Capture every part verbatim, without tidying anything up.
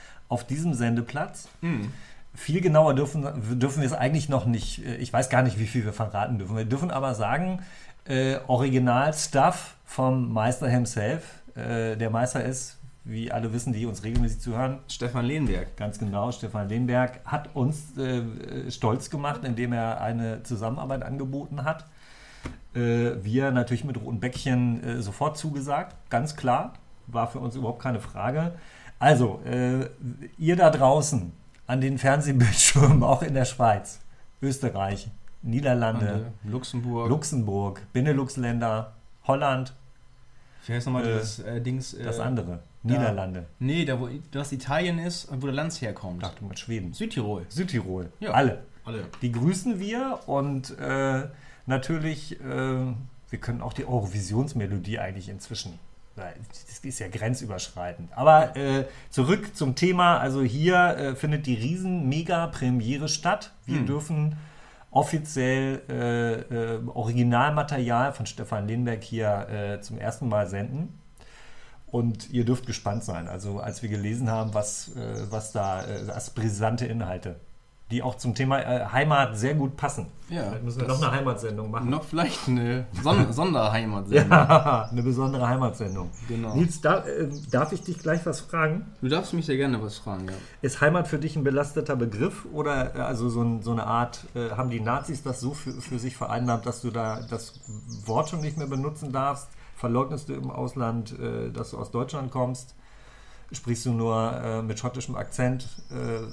auf diesem Sendeplatz. Mhm. Viel genauer dürfen, dürfen wir es eigentlich noch nicht, ich weiß gar nicht, wie viel wir verraten dürfen. Wir dürfen aber sagen, äh, Original-Stuff vom Meister himself. Äh, der Meister ist, wie alle wissen, die uns regelmäßig zuhören, Stefan Lehnberg. Ganz genau, Stefan Lehnberg hat uns äh, stolz gemacht, indem er eine Zusammenarbeit angeboten hat. Äh, wir natürlich mit roten Bäckchen äh, sofort zugesagt, ganz klar, war für uns überhaupt keine Frage. Also, äh, ihr da draußen an den Fernsehbildschirmen, auch in der Schweiz, Österreich, Niederlande, Luxemburg, Luxemburg, Benelux-Länder, Holland. Wie heißt nochmal Äh, dieses äh, Dings? Äh, Das andere, da- Niederlande. Nee, da wo das Italien ist und wo der Lanz herkommt. Dachte mal Schweden. Südtirol. Südtirol. Ja. Alle. Alle. Die grüßen wir und äh, natürlich, äh, wir können auch die Eurovisionsmelodie eigentlich inzwischen. Das ist ja grenzüberschreitend. Aber äh, zurück zum Thema. Also hier äh, findet die Riesen-Mega-Premiere statt. Wir Hm. dürfen offiziell äh, äh, Originalmaterial von Stefan Lehnberg hier äh, zum ersten Mal senden. Und ihr dürft gespannt sein. Also als wir gelesen haben, was, äh, was da, äh, als brisante Inhalte, die auch zum Thema äh, Heimat sehr gut passen. Ja. Vielleicht müssen wir das- noch eine Heimatsendung machen. Noch vielleicht eine Son Sonderheimatsendung. Ja, eine besondere Heimatsendung. Genau. Nils, da, äh, darf ich dich gleich was fragen? Du darfst mich sehr gerne was fragen, ja. Ist Heimat für dich ein belasteter Begriff oder äh, also so, ein, so eine Art, äh, haben die Nazis das so für, für sich vereinnahmt, dass du da das Wort schon nicht mehr benutzen darfst? Verleugnest du im Ausland, äh, dass du aus Deutschland kommst? Sprichst du nur äh, mit schottischem Akzent? Äh,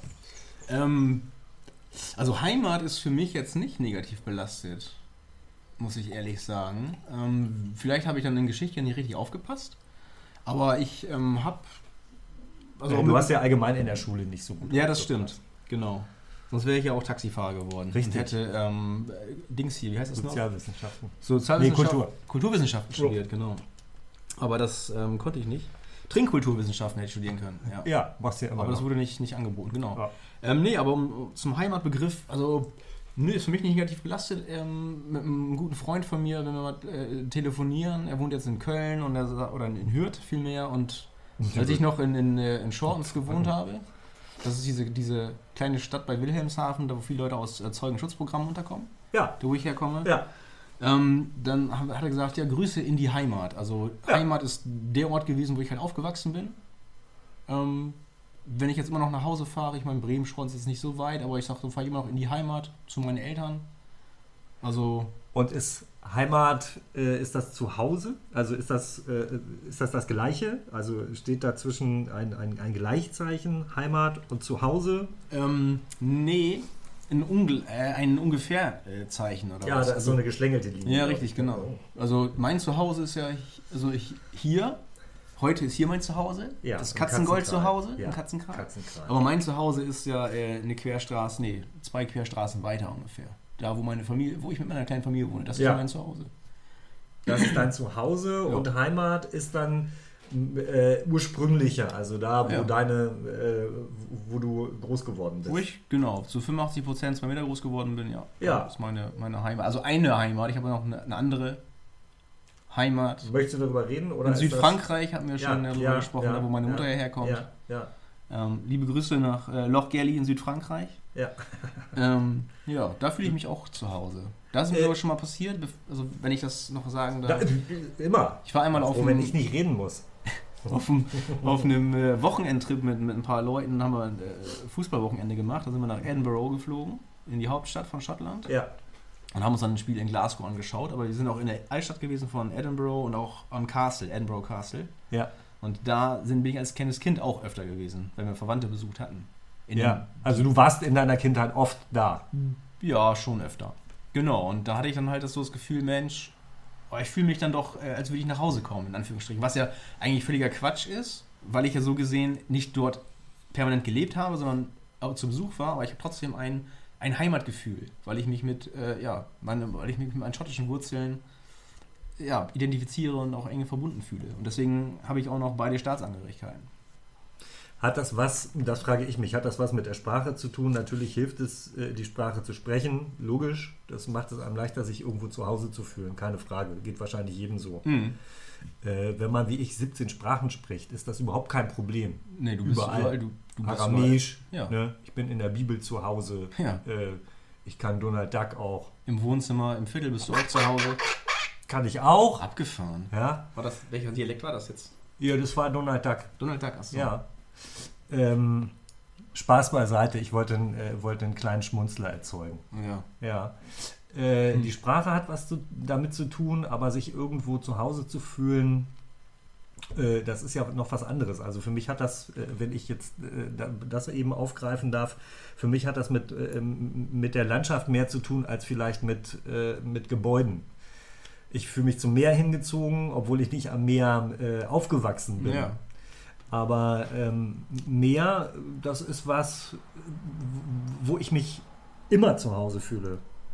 Ähm, also Heimat ist für mich jetzt nicht negativ belastet, muss ich ehrlich sagen. Ähm, vielleicht habe ich dann in Geschichte nicht richtig aufgepasst, aber ich ähm, habe... Also äh, du hast ja allgemein in der Schule nicht so gut. Ja, das stimmt, genau. Sonst wäre ich ja auch Taxifahrer geworden. Richtig. Und hätte ähm, äh, Dings hier, wie heißt das noch? Sozialwissenschaften. Sozialwissenschaften. Nee, Kultur. Kulturwissenschaften studiert, genau. Aber das ähm, konnte ich nicht. Trinkkulturwissenschaften hätte ich studieren können, ja. Ja, machst du ja immer Aber das noch. wurde nicht, nicht angeboten, genau. Ja. Ähm, nee, aber um, zum Heimatbegriff, also, nö, ist für mich nicht negativ belastet. Ähm, mit einem guten Freund von mir, wenn wir mal äh, telefonieren, er wohnt jetzt in Köln und er, sa- oder in Hürth vielmehr und als ich noch in, in, äh, in Schortens gewohnt habe, das ist diese, diese kleine Stadt bei Wilhelmshaven, da wo viele Leute aus äh, Zeugenschutzprogrammen unterkommen, Ja, da wo ich herkomme. ja. Ähm, dann haben- hat er gesagt, ja, Grüße in die Heimat. Also Ja. Heimat ist der Ort gewesen, wo ich halt aufgewachsen bin. Ähm, wenn ich jetzt immer noch nach Hause fahre, ich meine, Bremen-Schorns ist nicht so weit, aber ich sage, so fahre ich immer noch in die Heimat zu meinen Eltern. Also, Und ist Heimat, äh, ist das Zuhause? Also ist das, äh, ist das das Gleiche? Also steht dazwischen ein, ein, ein Gleichzeichen, Heimat und Zuhause? ähm, nee, ein, Unge äh, ein Ungefähr-Zeichen oder was. Also, eine geschlängelte Linie. ja, richtig, genau. Also mein Zuhause ist ja hi- also ich, hier. Heute ist hier mein Zuhause. Ja, das im Katzengold Katzenkral. Zuhause. Ja, Im Katzenkral. Katzenkral. Aber mein Zuhause ist ja äh, eine Querstraße, nee, zwei Querstraßen weiter ungefähr. Da, wo meine Familie, wo ich mit meiner kleinen Familie wohne, das ist Ja. ja mein Zuhause. Das ist dein Zuhause Ja. und Heimat ist dann äh, ursprünglicher, also da, wo Ja. deine, äh, wo du groß geworden bist. Wo ich, genau, zu fünfundachtzig Prozent zwei Meter groß geworden bin, ja. Ja. Das ist meine, meine Heimat. Also eine Heimat, ich habe noch eine, eine andere Heimat. Möchtest du darüber reden? Oder In ist Südfrankreich hatten wir das, schon ja, darüber ja, gesprochen, ja, da wo meine Mutter ja, herkommt. Ja, ja, Ähm, liebe Grüße nach äh, Loch Gerli in Südfrankreich. ja. Ähm, ja, da fühle ich mich auch zu Hause. Da ist mir Äh, sogar schon mal passiert, bef- also wenn ich das noch sagen Da, darf. immer. Ich war einmal auf Froh, wenn einem, ich nicht reden muss. auf einem, auf einem äh, Wochenendtrip mit, mit ein paar Leuten, haben wir ein äh, Fußballwochenende gemacht. Da sind wir nach Edinburgh geflogen, in die Hauptstadt von Schottland. Ja. Und haben uns dann ein Spiel in Glasgow angeschaut. Aber wir sind auch in der Altstadt gewesen von Edinburgh und auch am Castle, Edinburgh Castle. Ja. Und da sind, bin ich als kleines Kind auch öfter gewesen, wenn wir Verwandte besucht hatten. In Ja. Also du warst in deiner Kindheit oft da. dem- ja, schon öfter. Genau, und da hatte ich dann halt das so das Gefühl, Mensch, oh, ich fühle mich dann doch, äh, als würde ich nach Hause kommen, in Anführungsstrichen. Was ja eigentlich völliger Quatsch ist, weil ich ja so gesehen nicht dort permanent gelebt habe, sondern auch zu Besuch war, aber ich habe trotzdem ein, ein Heimatgefühl, weil ich mich mit, äh, ja, meine, weil ich mich mit meinen schottischen Wurzeln ja, identifiziere und auch eng verbunden fühle. Und deswegen habe ich auch noch beide Staatsangehörigkeiten. Hat das was, das frage ich mich, hat das was mit der Sprache zu tun? Natürlich hilft es, die Sprache zu sprechen, logisch. Das macht es einem leichter, sich irgendwo zu Hause zu fühlen, keine Frage. Geht wahrscheinlich jedem so. Mhm. Äh, wenn man wie ich siebzehn Sprachen spricht, ist das überhaupt kein Problem. Nee, du bist überall. überall. Du, du bist Aramäisch, überall. Ja. ne? Ich bin in der Bibel zu Hause. Ja. Äh, ich kann Donald Duck auch. Im Wohnzimmer, im Viertel bist du auch zu Hause. Kann ich auch. Abgefahren. Ja. War das, welcher Dialekt war das jetzt? Ja, das war Donald Duck. Donald Duck, achso. Ja. Ähm, Spaß beiseite, ich wollte, äh, wollte einen kleinen Schmunzler erzeugen. Ja. Ja. Äh, hm. Die Sprache hat was zu, damit zu tun, aber sich irgendwo zu Hause zu fühlen, äh, das ist ja noch was anderes. Also für mich hat das, äh, wenn ich jetzt äh, das eben aufgreifen darf, für mich hat das mit, äh, mit der Landschaft mehr zu tun, als vielleicht mit, äh, mit Gebäuden. Ich fühle mich zum Meer hingezogen, obwohl ich nicht am Meer äh, aufgewachsen bin. Ja. Aber ähm, Meer, das ist was, wo ich mich immer zu Hause fühle.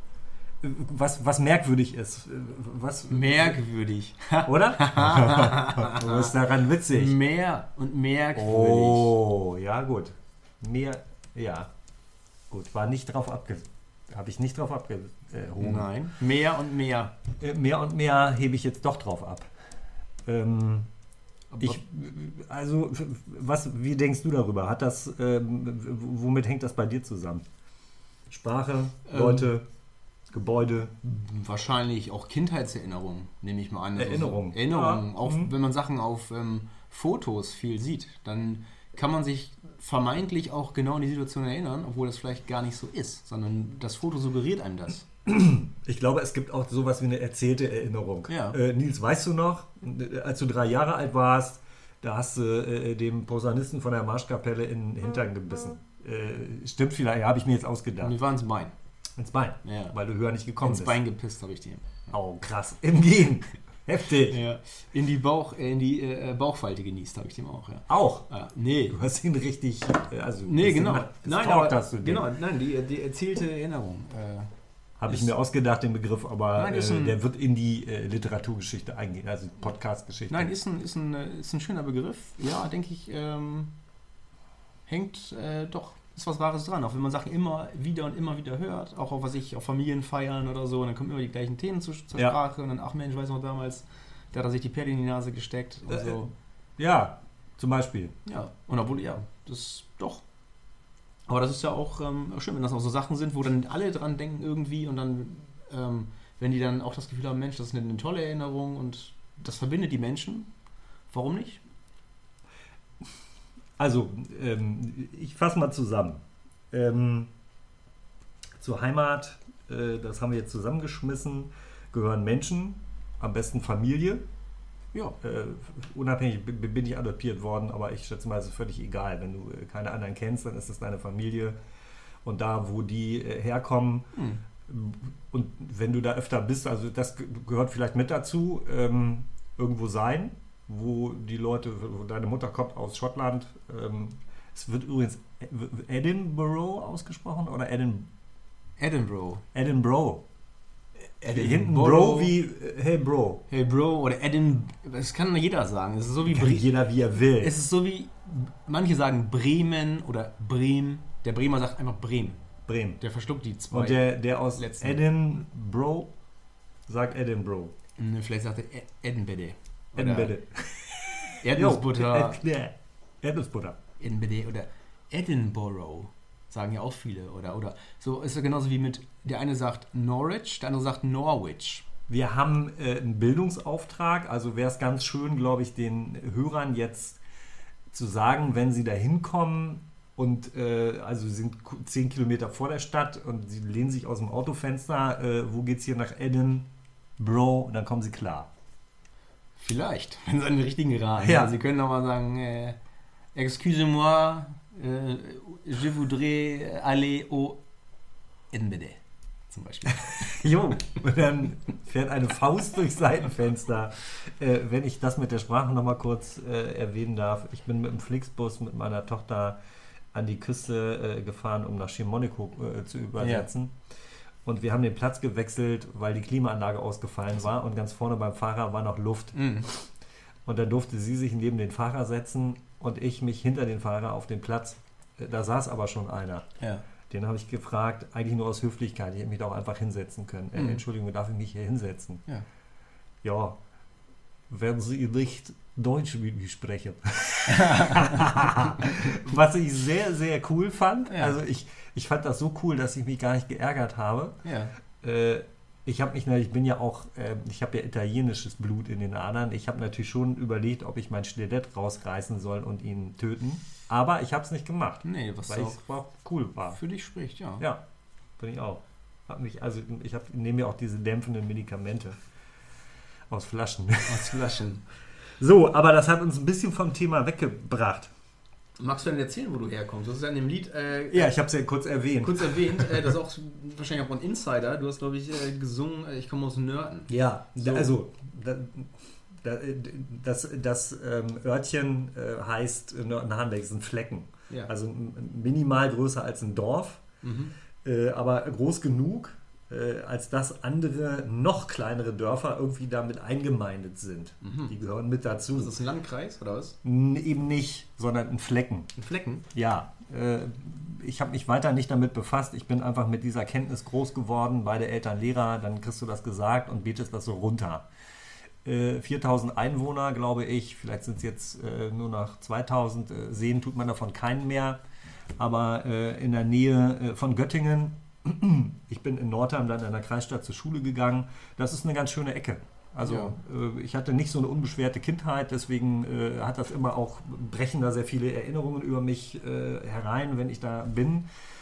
Was, was merkwürdig ist. Was, Merkwürdig. Oder? Was ist daran witzig? Mehr und merkwürdig. Oh, ja gut. Meer, ja. Gut, war nicht drauf abge... Habe ich nicht drauf abgehoben. Nein. Mehr und mehr. Äh, mehr und mehr hebe ich jetzt doch drauf ab. Ähm... Ich, also, was, wie denkst du darüber? Hat das, ähm, womit hängt das bei dir zusammen? Sprache, Leute, ähm, Gebäude? Wahrscheinlich auch Kindheitserinnerungen, nehme ich mal an. Also Erinnerungen. So Erinnerungen. Ja. Auch mhm. wenn man Sachen auf ähm, Fotos viel sieht, dann kann man sich vermeintlich auch genau an die Situation erinnern, obwohl das vielleicht gar nicht so ist, sondern das Foto suggeriert einem das. Ich glaube, es gibt auch sowas wie eine erzählte Erinnerung. Ja. Äh, Nils, weißt du noch, als du drei Jahre alt warst, da hast du äh, dem Posaunisten von der Marschkapelle in den Hintern gebissen. Äh, stimmt vielleicht, ja, habe ich mir jetzt ausgedacht. Mir war ins Bein. Ins Bein? Ja. Weil du höher nicht gekommen ins bist. Ins Bein gepisst habe ich dir. Oh, krass. Im Gehen. Heftig. Ja. In die, Bauch, äh, in die äh, Bauchfalte genießt habe ich dem auch. Ja. Auch? Ja. Nee. Du hast ihn richtig... Also nee, genau. Nein, aber, hast du genau, nein, die, die erzählte Erinnerung. Äh, Habe ich mir ausgedacht, den Begriff, aber nein, äh, ein, der wird in die äh, Literaturgeschichte eingehen, also Podcast-Geschichte. Nein, ist ein, ist, ein, ist ein schöner Begriff. Ja, denke ich, ähm, hängt äh, doch, ist was Wahres dran. Auch wenn man Sachen immer wieder und immer wieder hört, auch auf, was ich, auf Familienfeiern oder so, und dann kommen immer die gleichen Themen zu, zur ja. Sprache und dann, ach Mensch, weiß noch damals, da hat er sich die Perle in die Nase gesteckt und äh, so. Ja, zum Beispiel. Ja, und obwohl, ja, das doch. Aber das ist ja auch ähm, schön, wenn das auch so Sachen sind, wo dann alle dran denken irgendwie und dann, ähm, wenn die dann auch das Gefühl haben, Mensch, das ist eine, eine tolle Erinnerung und das verbindet die Menschen. Warum nicht? Also, ähm, ich fasse mal zusammen. Ähm, zur Heimat, äh, das haben wir jetzt zusammengeschmissen, gehören Menschen, am besten Familie. Ja. Äh, unabhängig b- bin ich adoptiert worden, aber ich schätze mal, es ist völlig egal. Wenn du äh, keine anderen kennst, dann ist es deine Familie. Und da, wo die äh, herkommen, hm. und wenn du da öfter bist, also das g- gehört vielleicht mit dazu, ähm, irgendwo sein, wo die Leute, wo deine Mutter kommt aus Schottland. Ähm, es wird übrigens Edinburgh ausgesprochen oder Edin- Edinburgh. Edinburgh. Edinburgh. Hinten Bro wie äh, Hey Bro. Hey Bro oder Edinburgh. Das kann jeder sagen. Es ist so wie Kann Bre- jeder, wie er will. Es ist so wie, manche sagen Bremen oder Bremen. Der Bremer sagt einfach Bremen. Bremen. Der verschluckt die zwei. Und der, der aus letzten. Edinburgh sagt Edinburgh. Ne, vielleicht sagt er Ed- Edinburgh. Oder Edinburgh. Erdnussbutter. Jo, Ed- Erdnussbutter. Edinburgh oder Edinburgh. Sagen ja auch viele. Oder, oder so ist es genauso wie mit, der eine sagt Norwich, der andere sagt Norwich. Wir haben äh, einen Bildungsauftrag, also wäre es ganz schön, glaube ich, den Hörern jetzt zu sagen, wenn sie da hinkommen und äh, also sie sind zehn Kilometer vor der Stadt und sie lehnen sich aus dem Autofenster, äh, wo geht's hier nach Edinburgh? Und dann kommen sie klar. Vielleicht, wenn sie einen richtigen Rat. Ja. Also sie können nochmal sagen, äh, excusez-moi, äh, je voudrais aller au Edinburgh. Zum Beispiel. Jo, und dann fährt eine Faust durchs Seitenfenster. Äh, wenn ich das mit der Sprache nochmal kurz äh, erwähnen darf. Ich bin mit dem Flixbus mit meiner Tochter an die Küste äh, gefahren, um nach Chemonico äh, zu übersetzen. Ja. Und wir haben den Platz gewechselt, weil die Klimaanlage ausgefallen war und ganz vorne beim Fahrer war noch Luft. Mhm. Und dann durfte sie sich neben den Fahrer setzen und ich mich hinter den Fahrer auf den Platz. Äh, Da saß aber schon einer. Ja. Den habe ich gefragt, eigentlich nur aus Höflichkeit. Ich hätte mich da auch einfach hinsetzen können. Äh, Mhm. Entschuldigung, darf ich mich hier hinsetzen? Ja. Ja, werden Sie nicht Deutsch mit mir sprechen? Was ich sehr, sehr cool fand. Ja. Also ich, ich fand das so cool, dass ich mich gar nicht geärgert habe. Ja. Äh, ich habe mich, ich bin ja auch, äh, ich habe ja italienisches Blut in den Adern. Ich habe natürlich schon überlegt, ob ich mein Stilett rausreißen soll und ihn töten. Aber ich habe es nicht gemacht, Nee, was weil auch es war cool war. für dich spricht, ja. Ja, bin ich auch. Hab mich, also ich hab, nehme ja auch diese dämpfenden Medikamente aus Flaschen. Aus Flaschen. So, aber das hat uns ein bisschen vom Thema weggebracht. Magst du denn erzählen, wo du herkommst? Das ist ja in dem Lied äh, Ja, ich habe es ja kurz erwähnt. kurz erwähnt. Äh, das ist auch wahrscheinlich auch ein Insider. Du hast, glaube ich, äh, gesungen, äh, ich komme aus Nörten. Ja, So. da, also da, da, das, das ähm, Örtchen äh, heißt Nörten-Hardenberg, ist ein Flecken. Ja. Also m- minimal größer als ein Dorf, Mhm. äh, aber groß genug, äh, als dass andere, noch kleinere Dörfer irgendwie damit eingemeindet sind. Mhm. Die gehören mit dazu. Ist das ein Landkreis oder was? N- Eben nicht, sondern ein Flecken. Ein Flecken? Ja, äh, ich habe mich weiter nicht damit befasst. Ich bin einfach mit dieser Kenntnis groß geworden. Beide Eltern Lehrer, dann kriegst du das gesagt und betest das so runter. Äh, viertausend Einwohner, glaube ich. Vielleicht sind es jetzt äh, nur noch zweitausend. Äh, sehen tut man davon keinen mehr. Aber äh, in der Nähe äh, von Göttingen. Ich bin in Nordheim dann in der Kreisstadt zur Schule gegangen. Das ist eine ganz schöne Ecke. Also Ja. äh, ich hatte nicht so eine unbeschwerte Kindheit, deswegen äh, hat das immer auch, brechen da sehr viele Erinnerungen über mich äh, herein, wenn ich da bin.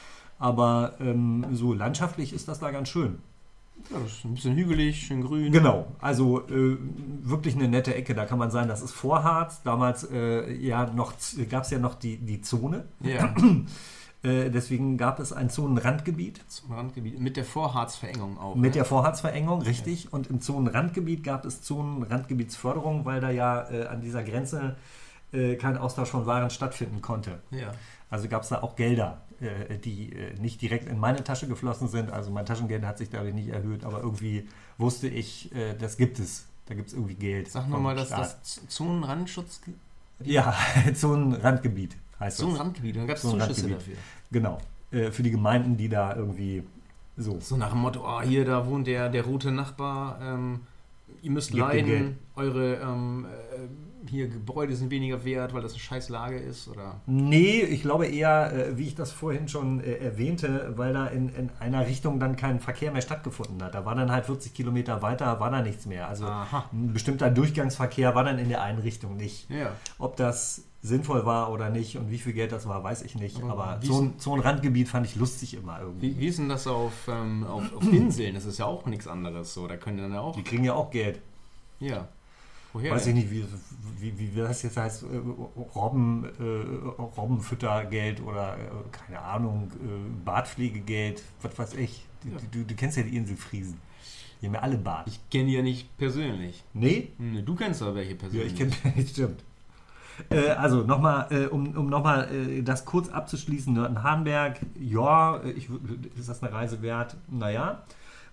Aber ähm, so landschaftlich ist das da ganz schön. Ja, das ist ein bisschen hügelig, schön grün. Genau, also äh, wirklich eine nette Ecke. Da kann man sagen, das ist Vorharz. Damals äh, ja noch gab es ja noch die, die Zone. Ja, Äh, deswegen gab es ein Zonenrandgebiet. zum Randgebiet. Mit der Vorharzverengung auch. Mit ne? der Vorharzverengung, richtig. Und im Zonenrandgebiet gab es Zonenrandgebietsförderung, weil da ja äh, an dieser Grenze äh, kein Austausch von Waren stattfinden konnte. Ja. Also gab es da auch Gelder, äh, die äh, nicht direkt in meine Tasche geflossen sind. Also mein Taschengeld hat sich dadurch nicht erhöht, aber irgendwie wusste ich, äh, das gibt es. Da gibt es irgendwie Geld. Sag vom nochmal, dass Staat. das Zonenrandschutz... Ja, Zonenrandgebiet heißt das. Zonenrandgebiet, dann gab es So ein Zuschüsse Randgebiet. dafür. Genau. Äh, für die Gemeinden, die da irgendwie so. So nach dem Motto, oh, hier, da wohnt der, der rote Nachbar, ähm, ihr müsst Gebt ihm Geld. leiden, eure ähm, äh, hier Gebäude sind weniger wert, weil das eine scheiß Lage ist, oder? Nee, ich glaube eher, äh, wie ich das vorhin schon äh, erwähnte, weil da in, in einer Richtung dann kein Verkehr mehr stattgefunden hat. Da war dann halt vierzig Kilometer weiter, war da nichts mehr. Also Aha. ein bestimmter Durchgangsverkehr war dann in der einen Richtung nicht. Ja. Ob das sinnvoll war oder nicht und wie viel Geld das war, weiß ich nicht. Aber Aber wie so ist- ein, so ein Randgebiet fand ich lustig immer irgendwie. Wie, wie ist denn das auf, ähm, auf, auf Inseln? Das ist ja auch nichts anderes, so, da können dann ja auch... Die kriegen ja auch Geld. Ja. Woher Weiß denn? ich nicht, wie, wie, wie das jetzt heißt, äh, Robben, äh, Robbenfüttergeld oder, äh, keine Ahnung, äh, Bartpflegegeld, was weiß ich. Du, Ja. du, du kennst ja die Inselfriesen. Die haben ja alle Bart. Ich kenne die ja nicht persönlich. Nee? Hm, Du kennst doch welche Ja, persönlich. ich kenne, stimmt. Äh, also nochmal, äh, um, um nochmal äh, das kurz abzuschließen, Nörten-Hardenberg, ja, äh, ich, wür- ist das eine Reise wert? Naja.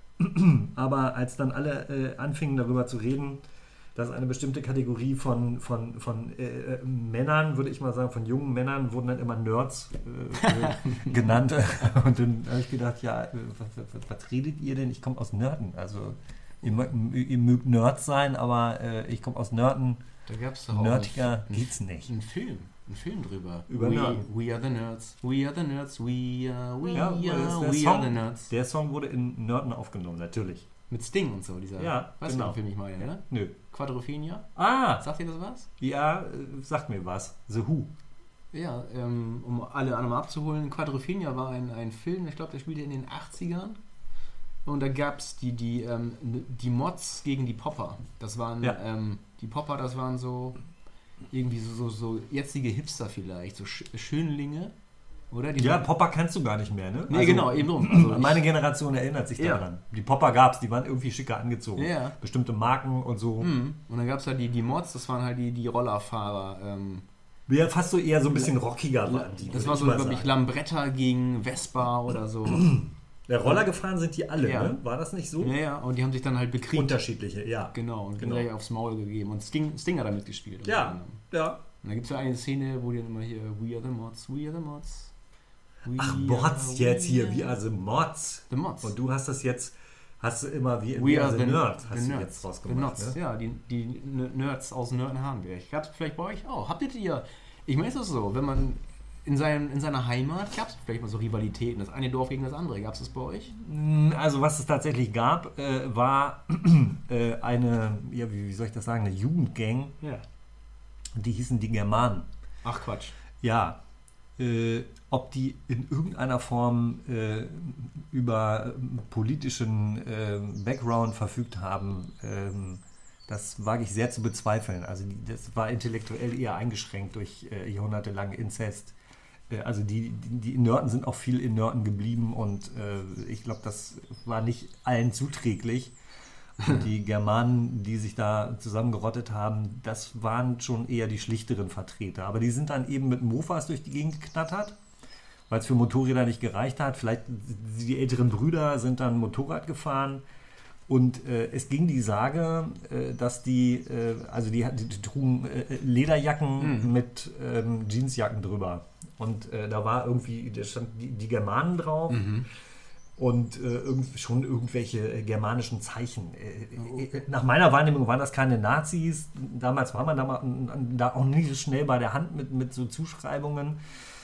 Aber als dann alle äh, anfingen darüber zu reden, dass eine bestimmte Kategorie von, von, von äh, äh, Männern, würde ich mal sagen, von jungen Männern, wurden dann immer Nerds äh, äh, genannt. Und dann habe ich gedacht, ja, äh, was, was, was redet ihr denn? Ich komme aus Nörten. Also ihr, mögt- ihr mögt Nerds sein, aber äh, ich komme aus Nörten. Da gab es doch auch Nerdiger einen, geht's nicht. einen Film. Einen Film drüber. Über we, Nerden. we are the Nerds. We are the Nerds. We are, we Ja, are, das ist der we Song. are the Nerds. Der Song wurde in Nörten aufgenommen, natürlich. Mit Sting und so, dieser. Ja, weißt genau. du, welchen Film ich meine, ne? Nö. Quadrophenia? Ah, Sagt ihr das was? ja, äh, sagt mir was. The Who. Ja, ähm, um alle einmal abzuholen, Quadrophenia war ein, ein Film, ich glaube, der spielte in den achtzigern. Und da gab es die, die, ähm, die Mods gegen die Popper. Das waren, Ja. ähm, die Popper, das waren so irgendwie so, so, so jetzige Hipster vielleicht, so Sch Schönlinge, oder? Die Ja, waren- Popper kannst du gar nicht mehr, ne? Nee, Also, genau, eben drum. Also Meine ich, Generation erinnert sich Ja. daran. Die Popper gab's, die waren irgendwie schicker angezogen. Ja. Bestimmte Marken und so. Mhm. Und dann gab es halt die, die Mods, das waren halt die, die Rollerfahrer. Ähm, Ja, fast so eher so ein bisschen rockiger waren die. das würde war ich so, mal glaube ich, sagen. Lambretta gegen Vespa oder so. Der Roller gefahren sind die alle, Ja. ne? War das nicht so? Ja, ja, und die haben sich dann halt bekriegt. Unterschiedliche, ja. Genau, und Genau. gleich aufs Maul gegeben. Und Sting, Sting hat da mitgespielt. Ja, ja. Und da gibt es ja eine Szene, wo die dann immer hier We are the Mods, we are the Mods. We Ach, are- Mods jetzt we hier, are wie also Mods. The Mods. Und du hast das jetzt, hast du immer wie in We We are Are the the Nerd, the hast du Nerds. jetzt draus The gemacht. Nerds, Ne? ja, die, die N- Nerds aus Nörden-Hardenberg. Gab es vielleicht bei euch auch? Habt ihr die? Ich meine, es ist so, wenn man in, seinem, in seiner Heimat, gab es vielleicht mal so Rivalitäten, das eine Dorf gegen das andere. Gab es das bei euch? Also was es tatsächlich gab, äh, war äh, eine, ja, wie, wie soll ich das sagen, eine Jugendgang, Ja. die hießen die Germanen. Ach Quatsch. Ja, äh, ob die in irgendeiner Form äh, über ähm, politischen äh, Background verfügt haben, ähm, das wage ich sehr zu bezweifeln. Also die, das war intellektuell eher eingeschränkt durch äh, jahrhundertelangen Inzest. Äh, also die, die, die Nörden sind auch viel in Nörden geblieben und äh, ich glaube, das war nicht allen zuträglich. Und die Germanen, die sich da zusammengerottet haben, das waren schon eher die schlichteren Vertreter. Aber die sind dann eben mit Mofas durch die Gegend geknattert, weil es für Motorräder nicht gereicht hat. Vielleicht die älteren Brüder sind dann Motorrad gefahren. Und äh, es ging die Sage, äh, dass die, äh, also die, die, die trugen äh, Lederjacken Mhm. mit ähm, Jeansjacken drüber. Und äh, da war irgendwie, da stand die, die Germanen drauf. Mhm. Und äh, irgend, schon irgendwelche äh, germanischen Zeichen. Äh, äh, nach meiner Wahrnehmung waren das keine Nazis. Damals war man da, mal, da auch nicht so schnell bei der Hand mit, mit so Zuschreibungen.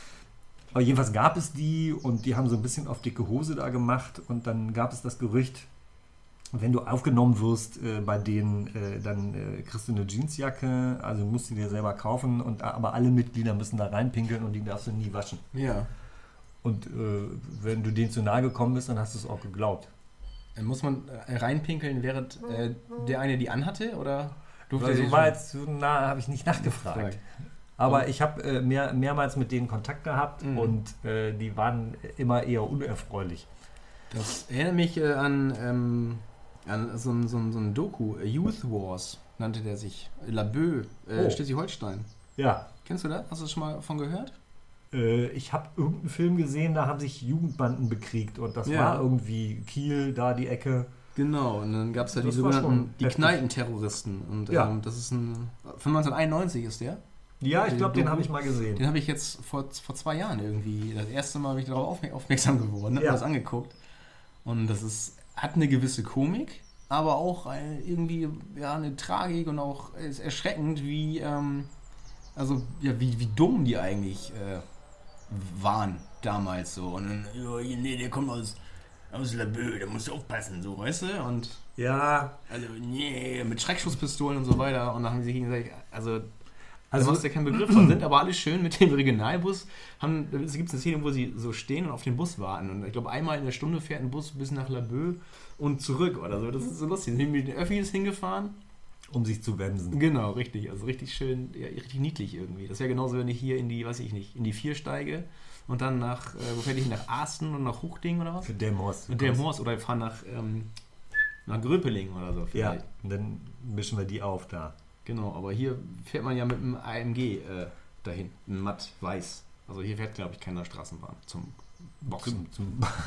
Aber jedenfalls gab es die und die haben so ein bisschen auf dicke Hose da gemacht. Und dann gab es das Gerücht, wenn du aufgenommen wirst äh, bei denen, äh, dann äh, kriegst du eine Jeansjacke, also musst du dir selber kaufen. Und, aber alle Mitglieder müssen da reinpinkeln und die darfst du nie waschen. Ja. Und äh, wenn du denen zu nahe gekommen bist, dann hast du es auch geglaubt. Dann muss man äh, reinpinkeln, während äh, der eine die anhatte? Oder durfte Also er die war schon- jetzt so nah, habe ich nicht nachgefragt. Gefragt. Aber Und- ich habe äh, mehr, mehrmals mit denen Kontakt gehabt Mhm. und äh, die waren immer eher unerfreulich. Das erinnert mich äh, an, ähm, an so ein, so ein, so ein Doku, äh, Youth Wars nannte der sich. Laboe, äh, Oh. Schleswig-Holstein. Ja, Kennst du das? Hast du schon mal von gehört? äh, ich habe irgendeinen Film gesehen, da haben sich Jugendbanden bekriegt und das Ja. war irgendwie Kiel, da die Ecke. Genau, und dann gab es da die Das war sogenannten schon die heftig. Kneipenterroristen. Und Ja. ähm, das ist ein. Von neunzehnhunderteinundneunzig ist der. Ja, ich Den glaube, den Doku- habe ich mal gesehen. Den habe ich jetzt vor, vor zwei Jahren irgendwie, das erste Mal bin ich darauf aufmerk- aufmerksam geworden, habe Ja. mir das angeguckt. Und das ist, hat eine gewisse Komik, aber auch eine, irgendwie ja, eine Tragik und auch ist erschreckend, wie, ähm, also, ja, wie, wie dumm die eigentlich äh, waren damals so. Und dann, ja, nee, der kommt aus, aus Laboe, da musst du aufpassen, so, weißt du? Und Ja, also, nee, mit Schreckschusspistolen und so weiter. Und dann haben sie sich gegenseitig, also, also Also- hast du ja keinen Begriff von, sind aber alle schön mit dem Regionalbus. Haben, es gibt eine Szene, wo sie so stehen und auf den Bus warten. Und ich glaube, einmal in der Stunde fährt ein Bus bis nach Laboe und zurück oder so. Das ist so lustig. Sind mit den Öffis hingefahren. um sich zu wemsen. Genau, richtig. Also richtig schön, ja, richtig niedlich irgendwie. Das wäre genauso, wenn ich hier in die, weiß ich nicht, in die vier steige und dann nach, äh, wo fährt ich, nach Asten und nach Huchting oder was? Für den Horst. Und der Moors oder wir fahren nach, ähm, nach Gröpeling oder so Ja, vielleicht. und dann mischen wir die auf da. Genau, aber hier fährt man ja mit dem A M G äh, dahin, ein matt weiß. Also hier fährt, glaube ich, keiner Straßenbahn zum Boxen. Zum, zum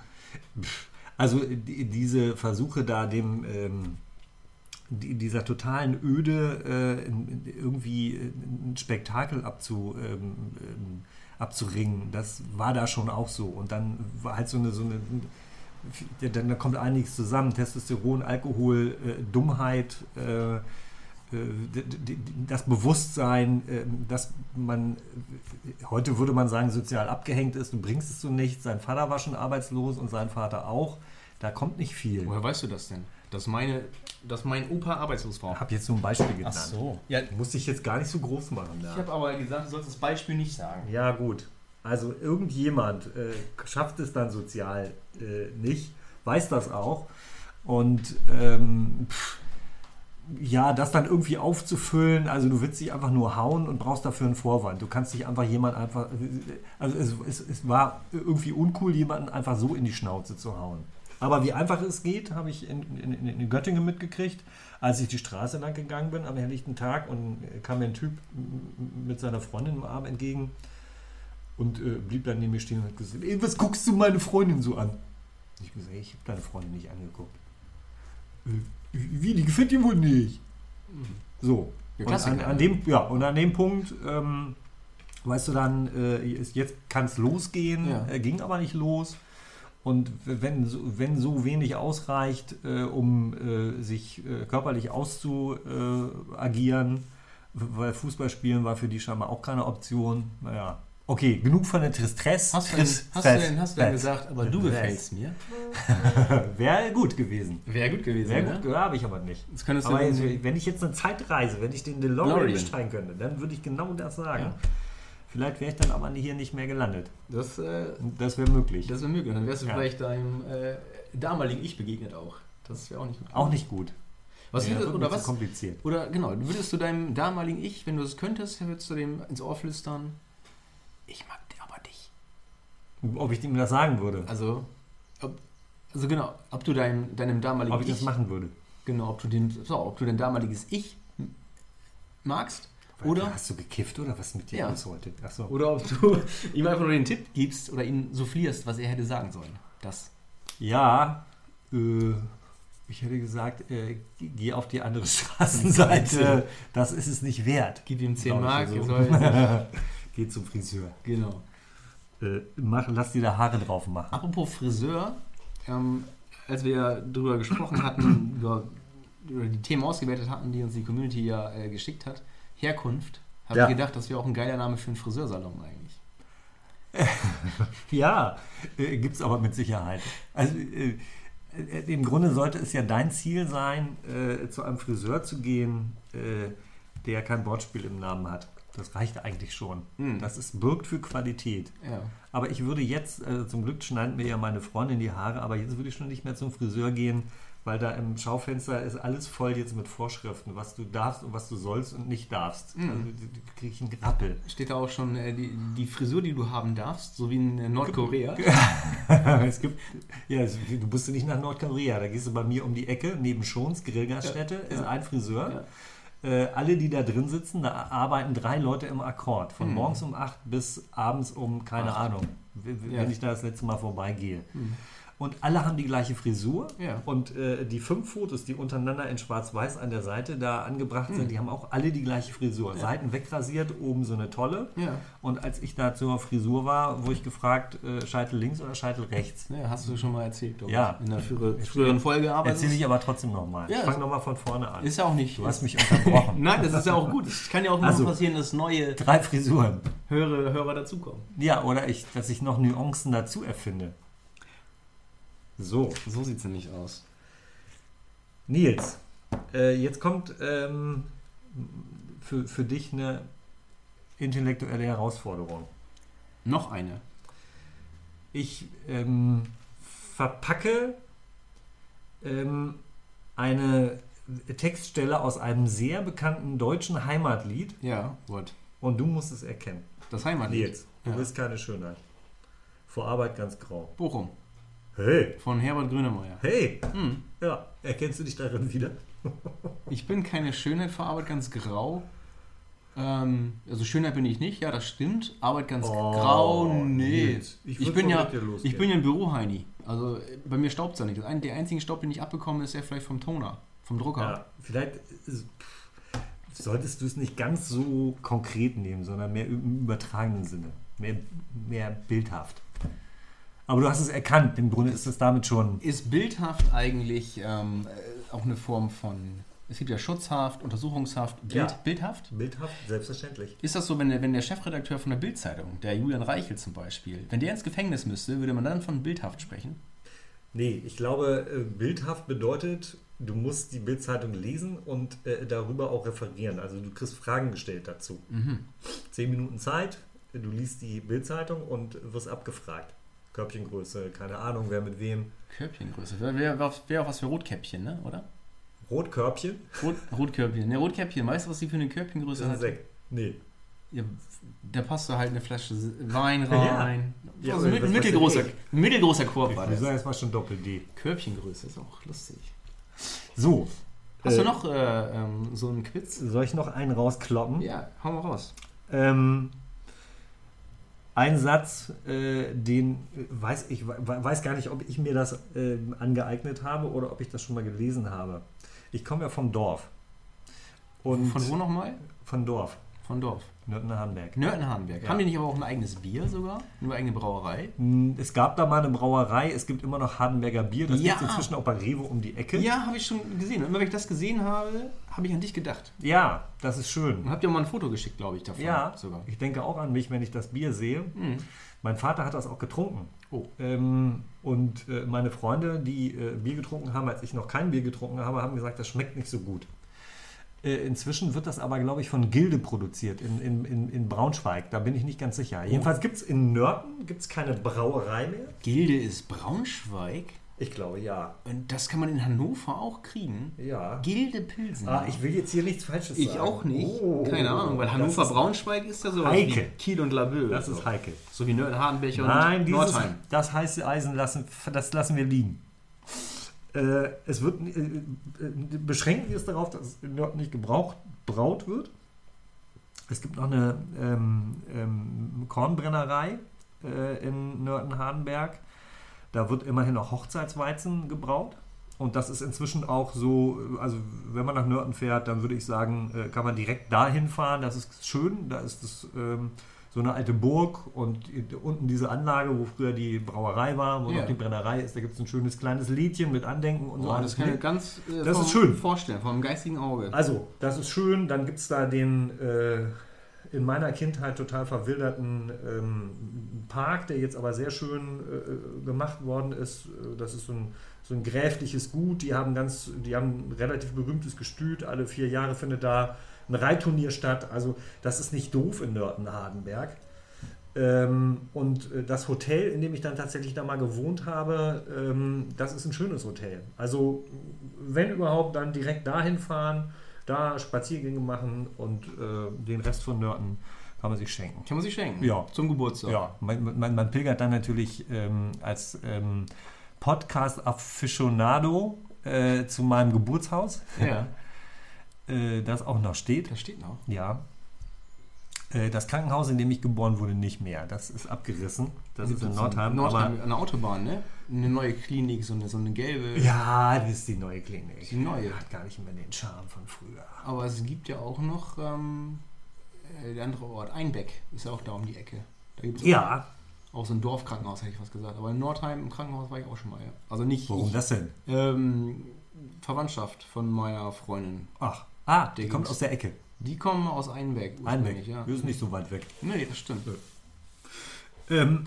also die, diese Versuche da dem ähm, die, dieser totalen Öde äh, in- in- irgendwie ein Spektakel abzu, ähm, ähm, abzuringen, das war da schon auch so. Und dann war halt so eine, so eine dann, dann kommt einiges zusammen. Testosteron, Alkohol, äh, Dummheit, äh, d- d- d- das Bewusstsein, äh, dass man, heute würde man sagen, sozial abgehängt ist, du bringst es zu nichts. Sein Vater war schon arbeitslos und sein Vater auch. Da kommt nicht viel. Woher weißt du das denn? Dass, meine, dass mein Opa arbeitslos war. Ich habe jetzt so ein Beispiel genannt. Ja, Muss ich jetzt gar nicht so groß machen. ich Da. habe aber gesagt, du sollst das Beispiel nicht sagen. Ja, gut. Also irgendjemand äh, schafft es dann sozial äh, nicht, weiß das auch. Und ähm, pff, ja, das dann irgendwie aufzufüllen, also du willst dich einfach nur hauen und brauchst dafür einen Vorwand. Du kannst dich einfach jemand einfach, also es, es, es war irgendwie uncool, jemanden einfach so in die Schnauze zu hauen. Aber wie einfach es geht, habe ich in, in, in Göttingen mitgekriegt, als ich die Straße lang gegangen bin am helllichten Tag und kam mir ein Typ mit seiner Freundin im Arm entgegen und äh, blieb dann neben mir stehen und hat gesagt, ey, was guckst du meine Freundin so an? Ich habe gesagt, ey, ich habe deine Freundin nicht angeguckt. Äh, Wie, die gefällt dir wohl nicht. So. Ja, und, an, an dem, ja, und an dem Punkt, ähm, weißt du dann, äh, jetzt kann es losgehen, Ja. äh, ging aber nicht los. Und wenn, so- wenn so wenig ausreicht, äh, um äh, sich äh, körperlich auszuagieren, weil Fußballspielen war für die scheinbar auch keine Option. Naja, okay, genug von der Tristesse. Hast du denn, hast du denn, hast du denn gesagt, aber du gefällst mir? Wäre gut gewesen. Wäre gut gewesen, Wäre ne? gut, ja, habe ich aber nicht. Das könntest Aber du jetzt, wenn ich jetzt eine Zeitreise, wenn ich den DeLorean DeLorean. besteigen könnte, dann würde ich genau das sagen. Ja. Vielleicht wäre ich dann aber hier nicht mehr gelandet. Das, äh, Das wäre möglich. das wäre möglich. Dann wärst du Ja. vielleicht deinem äh, damaligen Ich begegnet auch. Das wäre auch nicht gut. Auch nicht gut. Was Ja, würdest, wird oder mir zu was? kompliziert. Oder genau, würdest du deinem damaligen Ich, wenn du es könntest, würdest du dem ins Ohr flüstern, ich mag aber dich. Ob ich ihm das sagen würde. Also, ob, also genau, ob du deinem, deinem damaligen Ob ich das machen würde. genau, ob du den, so, ob du dein damaliges Ich magst oder, Hast du gekifft oder was mit dir Ja. los heute? Achso. oder ob du ihm einfach nur den Tipp gibst oder ihn soufflierst, was er hätte sagen sollen. Das. Ja, äh, ich hätte gesagt, äh, geh- geh auf die andere Straßenseite. Das ist es nicht wert. Gib ihm zehn Glaub ich Mark, so. er soll sich- Geh zum Friseur. Genau. Äh, mach, lass dir da Haare drauf machen. Apropos Friseur, ähm, als wir darüber gesprochen hatten, über, über die Themen ausgewertet hatten, die uns die Community ja äh, geschickt hat, Herkunft, habe Ja. ich gedacht, das wäre auch ein geiler Name für einen Friseursalon eigentlich. Ja, äh, gibt es aber mit Sicherheit. Also äh, äh, im Grunde sollte es ja dein Ziel sein, äh, zu einem Friseur zu gehen, äh, der kein Wortspiel im Namen hat. Das reicht eigentlich schon. Mhm. Das ist, birgt für Qualität. Ja. Aber ich würde jetzt, äh, zum Glück schneidet mir ja meine Freundin die Haare, aber jetzt würde ich schon nicht mehr zum Friseur gehen, weil da im Schaufenster ist alles voll jetzt mit Vorschriften, was du darfst und was du sollst und nicht darfst. Mhm. Also du, du kriegst einen Grappel. Steht da auch schon äh, die, die Frisur, die du haben darfst, so wie in äh, Nordkorea. Es gibt, ja, es, du musst nicht nach Nordkorea, da gehst du bei mir um die Ecke, neben Schons Grillgaststätte, Ja, ist ja. ein Friseur. Ja. Äh, alle, die da drin sitzen, da arbeiten drei Leute im Akkord. Von Mhm. morgens um acht bis abends um, keine Acht. Ahnung, w- w- Ja. wenn ich da das letzte Mal vorbeigehe. Mhm. Und alle haben die gleiche Frisur. Ja. Und äh, die fünf Fotos, die untereinander in Schwarz-Weiß an der Seite da angebracht Mhm. sind, die haben auch alle die gleiche Frisur. Ja. Seiten wegrasiert, oben so eine tolle. Ja. Und als ich da zur Frisur war, wurde ich gefragt, äh, Scheitel links oder Scheitel rechts. Ja, hast du schon mal erzählt, glaube Ja. ich. In der früher, früheren Folge, aber Erzähle es ich aber trotzdem nochmal. Ja, ich es- fange nochmal von vorne an. ist ja auch nicht. Du hast mich unterbrochen. Nein, das ist ja auch gut. Es kann ja auch immer Also- passieren, dass neue Drei Frisuren. Hörer, Hörer dazukommen. Ja, oder ich, dass ich noch Nuancen dazu erfinde. So, So sieht es nämlich aus. Nils, äh, jetzt kommt ähm, für, für dich eine intellektuelle Herausforderung. Noch eine. Ich ähm, verpacke ähm, eine Textstelle aus einem sehr bekannten deutschen Heimatlied Ja, what? und du musst es erkennen. Das Heimatlied. Nils, du Ja. bist keine Schönheit. Vor Arbeit ganz grau. Bochum. Hey, Von Herbert Grönemeyer. hey, Hm. ja, erkennst du dich darin wieder? Ich bin keine Schönheit vor Arbeit ganz grau. Ähm, also Schönheit bin ich nicht, ja, das stimmt. Arbeit ganz Oh, grau, nee. Nils, ich Ich, würd bin so ja, mit dir losgehen. ich bin ja ein Büroheini. Also äh, bei mir staubt es ja nicht. Das ein, der einzige Staub, den ich abbekomme, ist ja vielleicht vom Toner, vom Drucker. Ja, vielleicht ist- solltest du es nicht ganz so konkret nehmen, sondern mehr im übertragenen Sinne. Mehr, mehr bildhaft. Aber du hast es erkannt. Im Grunde ist es damit schon. Ist bildhaft eigentlich ähm, äh, auch eine Form von. Es gibt ja Schutzhaft, Untersuchungshaft, Bild, Ja. bildhaft. Bildhaft, selbstverständlich. Ist das so, wenn der, wenn der Chefredakteur von der Bild-Zeitung, der Julian Reichel zum Beispiel, wenn der ins Gefängnis müsste, würde man dann von bildhaft sprechen? Nee, ich glaube, äh, bildhaft bedeutet, du musst die Bildzeitung lesen und äh, darüber auch referieren. Also du kriegst Fragen gestellt dazu. Mhm. Zehn Minuten Zeit, du liest die Bildzeitung und wirst abgefragt. Körbchengröße, keine Ahnung, wer mit wem. Körbchengröße. Wäre wär, wär auch was für Rotkäppchen, ne? Oder? Rotkörbchen? Rot, Rotkörbchen. Ne, Rotkäppchen. Weißt du, was die für eine Körbchengröße Das ist hat? Sekt. Nee. Ja, da passt da halt eine Flasche Wein rein. Ja, also aber mit, was mittelgroßer, weiß mittelgroßer Korb Ich war würde das. sagen, es war schon Doppel-D. Körbchengröße ist auch lustig. So. Hast Äh, du noch äh, ähm, so einen Quiz? Soll ich noch einen rauskloppen? Ja, hau mal raus. Ähm, ein Satz, äh, den äh, weiß ich we- weiß gar nicht, ob ich mir das ähm, angeeignet habe oder ob ich das schon mal gelesen habe. Ich komme ja vom Dorf. Und Von wo nochmal? Von Dorf. Von Dorf. Nörten-Hardenberg. Nörten-Hardenberg. Ja. Haben die nicht aber auch ein eigenes Bier sogar? Eine eigene Brauerei? Es gab da mal eine Brauerei, es gibt immer noch Hardenberger Bier, das Ja. gibt es inzwischen auch bei Rewe um die Ecke. Ja, habe ich schon gesehen. Und immer wenn ich das gesehen habe, habe ich an dich gedacht. Ja, das ist schön. Und habt ihr mal ein Foto geschickt, glaube ich, davon. Ja, sogar. ich denke auch an mich, wenn ich das Bier sehe. Mhm. Mein Vater hat das auch getrunken. Oh. Ähm, und äh, meine Freunde, die äh, Bier getrunken haben, als ich noch kein Bier getrunken habe, haben gesagt, das schmeckt nicht so gut. Äh, inzwischen wird das aber, glaube ich, von Gilde produziert in, in, in, in Braunschweig. Da bin ich nicht ganz sicher. Jedenfalls gibt es in Nörten gibt's keine Brauerei mehr. Gilde ist Braunschweig. Ich glaube, ja. Und das kann man in Hannover auch kriegen. Ja. Gilde Pilsen. Ah, ich will jetzt hier nichts Falsches Ich sagen. auch nicht. Oh, Keine Ahnung, weil das Hannover ist Braunschweig ist ja so heikel. wie Kiel und Laboe. Das so. ist heikel. So wie Nörten-Hardenberg und Nein, dieses, Nordheim. das heiße Eisen lassen, das lassen wir liegen. Äh, es wird äh, äh, beschränken wir es darauf, dass es in Nörten nicht gebraucht, braut wird. Es gibt noch eine ähm, ähm, Kornbrennerei äh, in Nörten-Hardenberg. Da wird immerhin noch Hochzeitsweizen gebraut. Und das ist inzwischen auch so, also wenn man nach Nörten fährt, dann würde ich sagen, äh, kann man direkt dahin fahren. Das ist schön. Da ist es ähm, so eine alte Burg und unten diese Anlage, wo früher die Brauerei war, wo Ja. noch die Brennerei ist. Da gibt es ein schönes kleines Lädchen mit Andenken und so. Boah, alles das kann ich mit. ganz äh, Das vom ist schön. vorstellen, vom geistigen Auge. Also, das ist schön. Dann gibt es da den äh, in meiner Kindheit total verwilderten ähm, Park, der jetzt aber sehr schön äh, gemacht worden ist. Das ist so ein, so ein gräfliches Gut. Die haben ganz, die haben ein relativ berühmtes Gestüt. Alle vier Jahre findet da ein Reitturnier statt. Also, das ist nicht doof in Nörten-Hardenberg. Ähm, und äh, das Hotel, in dem ich dann tatsächlich da mal gewohnt habe, ähm, das ist ein schönes Hotel. Also, wenn überhaupt, dann direkt dahin fahren, da Spaziergänge machen und äh, den Rest von Nörten kann man sich schenken. Kann man sich schenken? Ja. Zum Geburtstag? Ja, man, man, man pilgert dann natürlich ähm, als ähm, Podcast-Aficionado äh, zu meinem Geburtshaus, Ja. äh, das auch noch steht. Das steht noch. Ja. Äh, Das Krankenhaus, in dem ich geboren wurde, nicht mehr. Das ist abgerissen. Das ist in Nordheim. Nordheim, Aber an der Autobahn, ne? Eine neue Klinik, so eine, so eine gelbe. ja, das ist die neue Klinik. Die neue. Hat gar nicht mehr den Charme von früher. Aber es gibt ja auch noch ähm, äh, der andere Ort, Einbeck, ist ja auch da um die Ecke. Da gibt es Ja. auch, auch so ein Dorfkrankenhaus, hätte ich was gesagt. Aber in Nordheim im Krankenhaus war ich auch schon mal. Ja. Also nicht Warum ich, das denn? ähm, Verwandtschaft von meiner Freundin. Ach, ah, die Der kommt ging's. aus der Ecke. Die kommen aus Einbeck. Einbeck. ursprünglich, Ja. Wir sind nicht so weit weg. Nee, das stimmt. Ähm,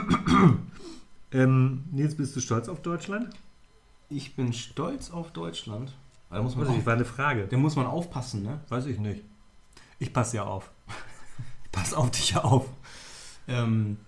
ähm, Nils, bist du stolz auf Deutschland? Ich bin stolz auf Deutschland. Da muss man, Das auf, war eine Frage. da muss man aufpassen, ne? Weiß ich nicht. Ich passe ja auf. Ich passe auf dich auf. Ähm,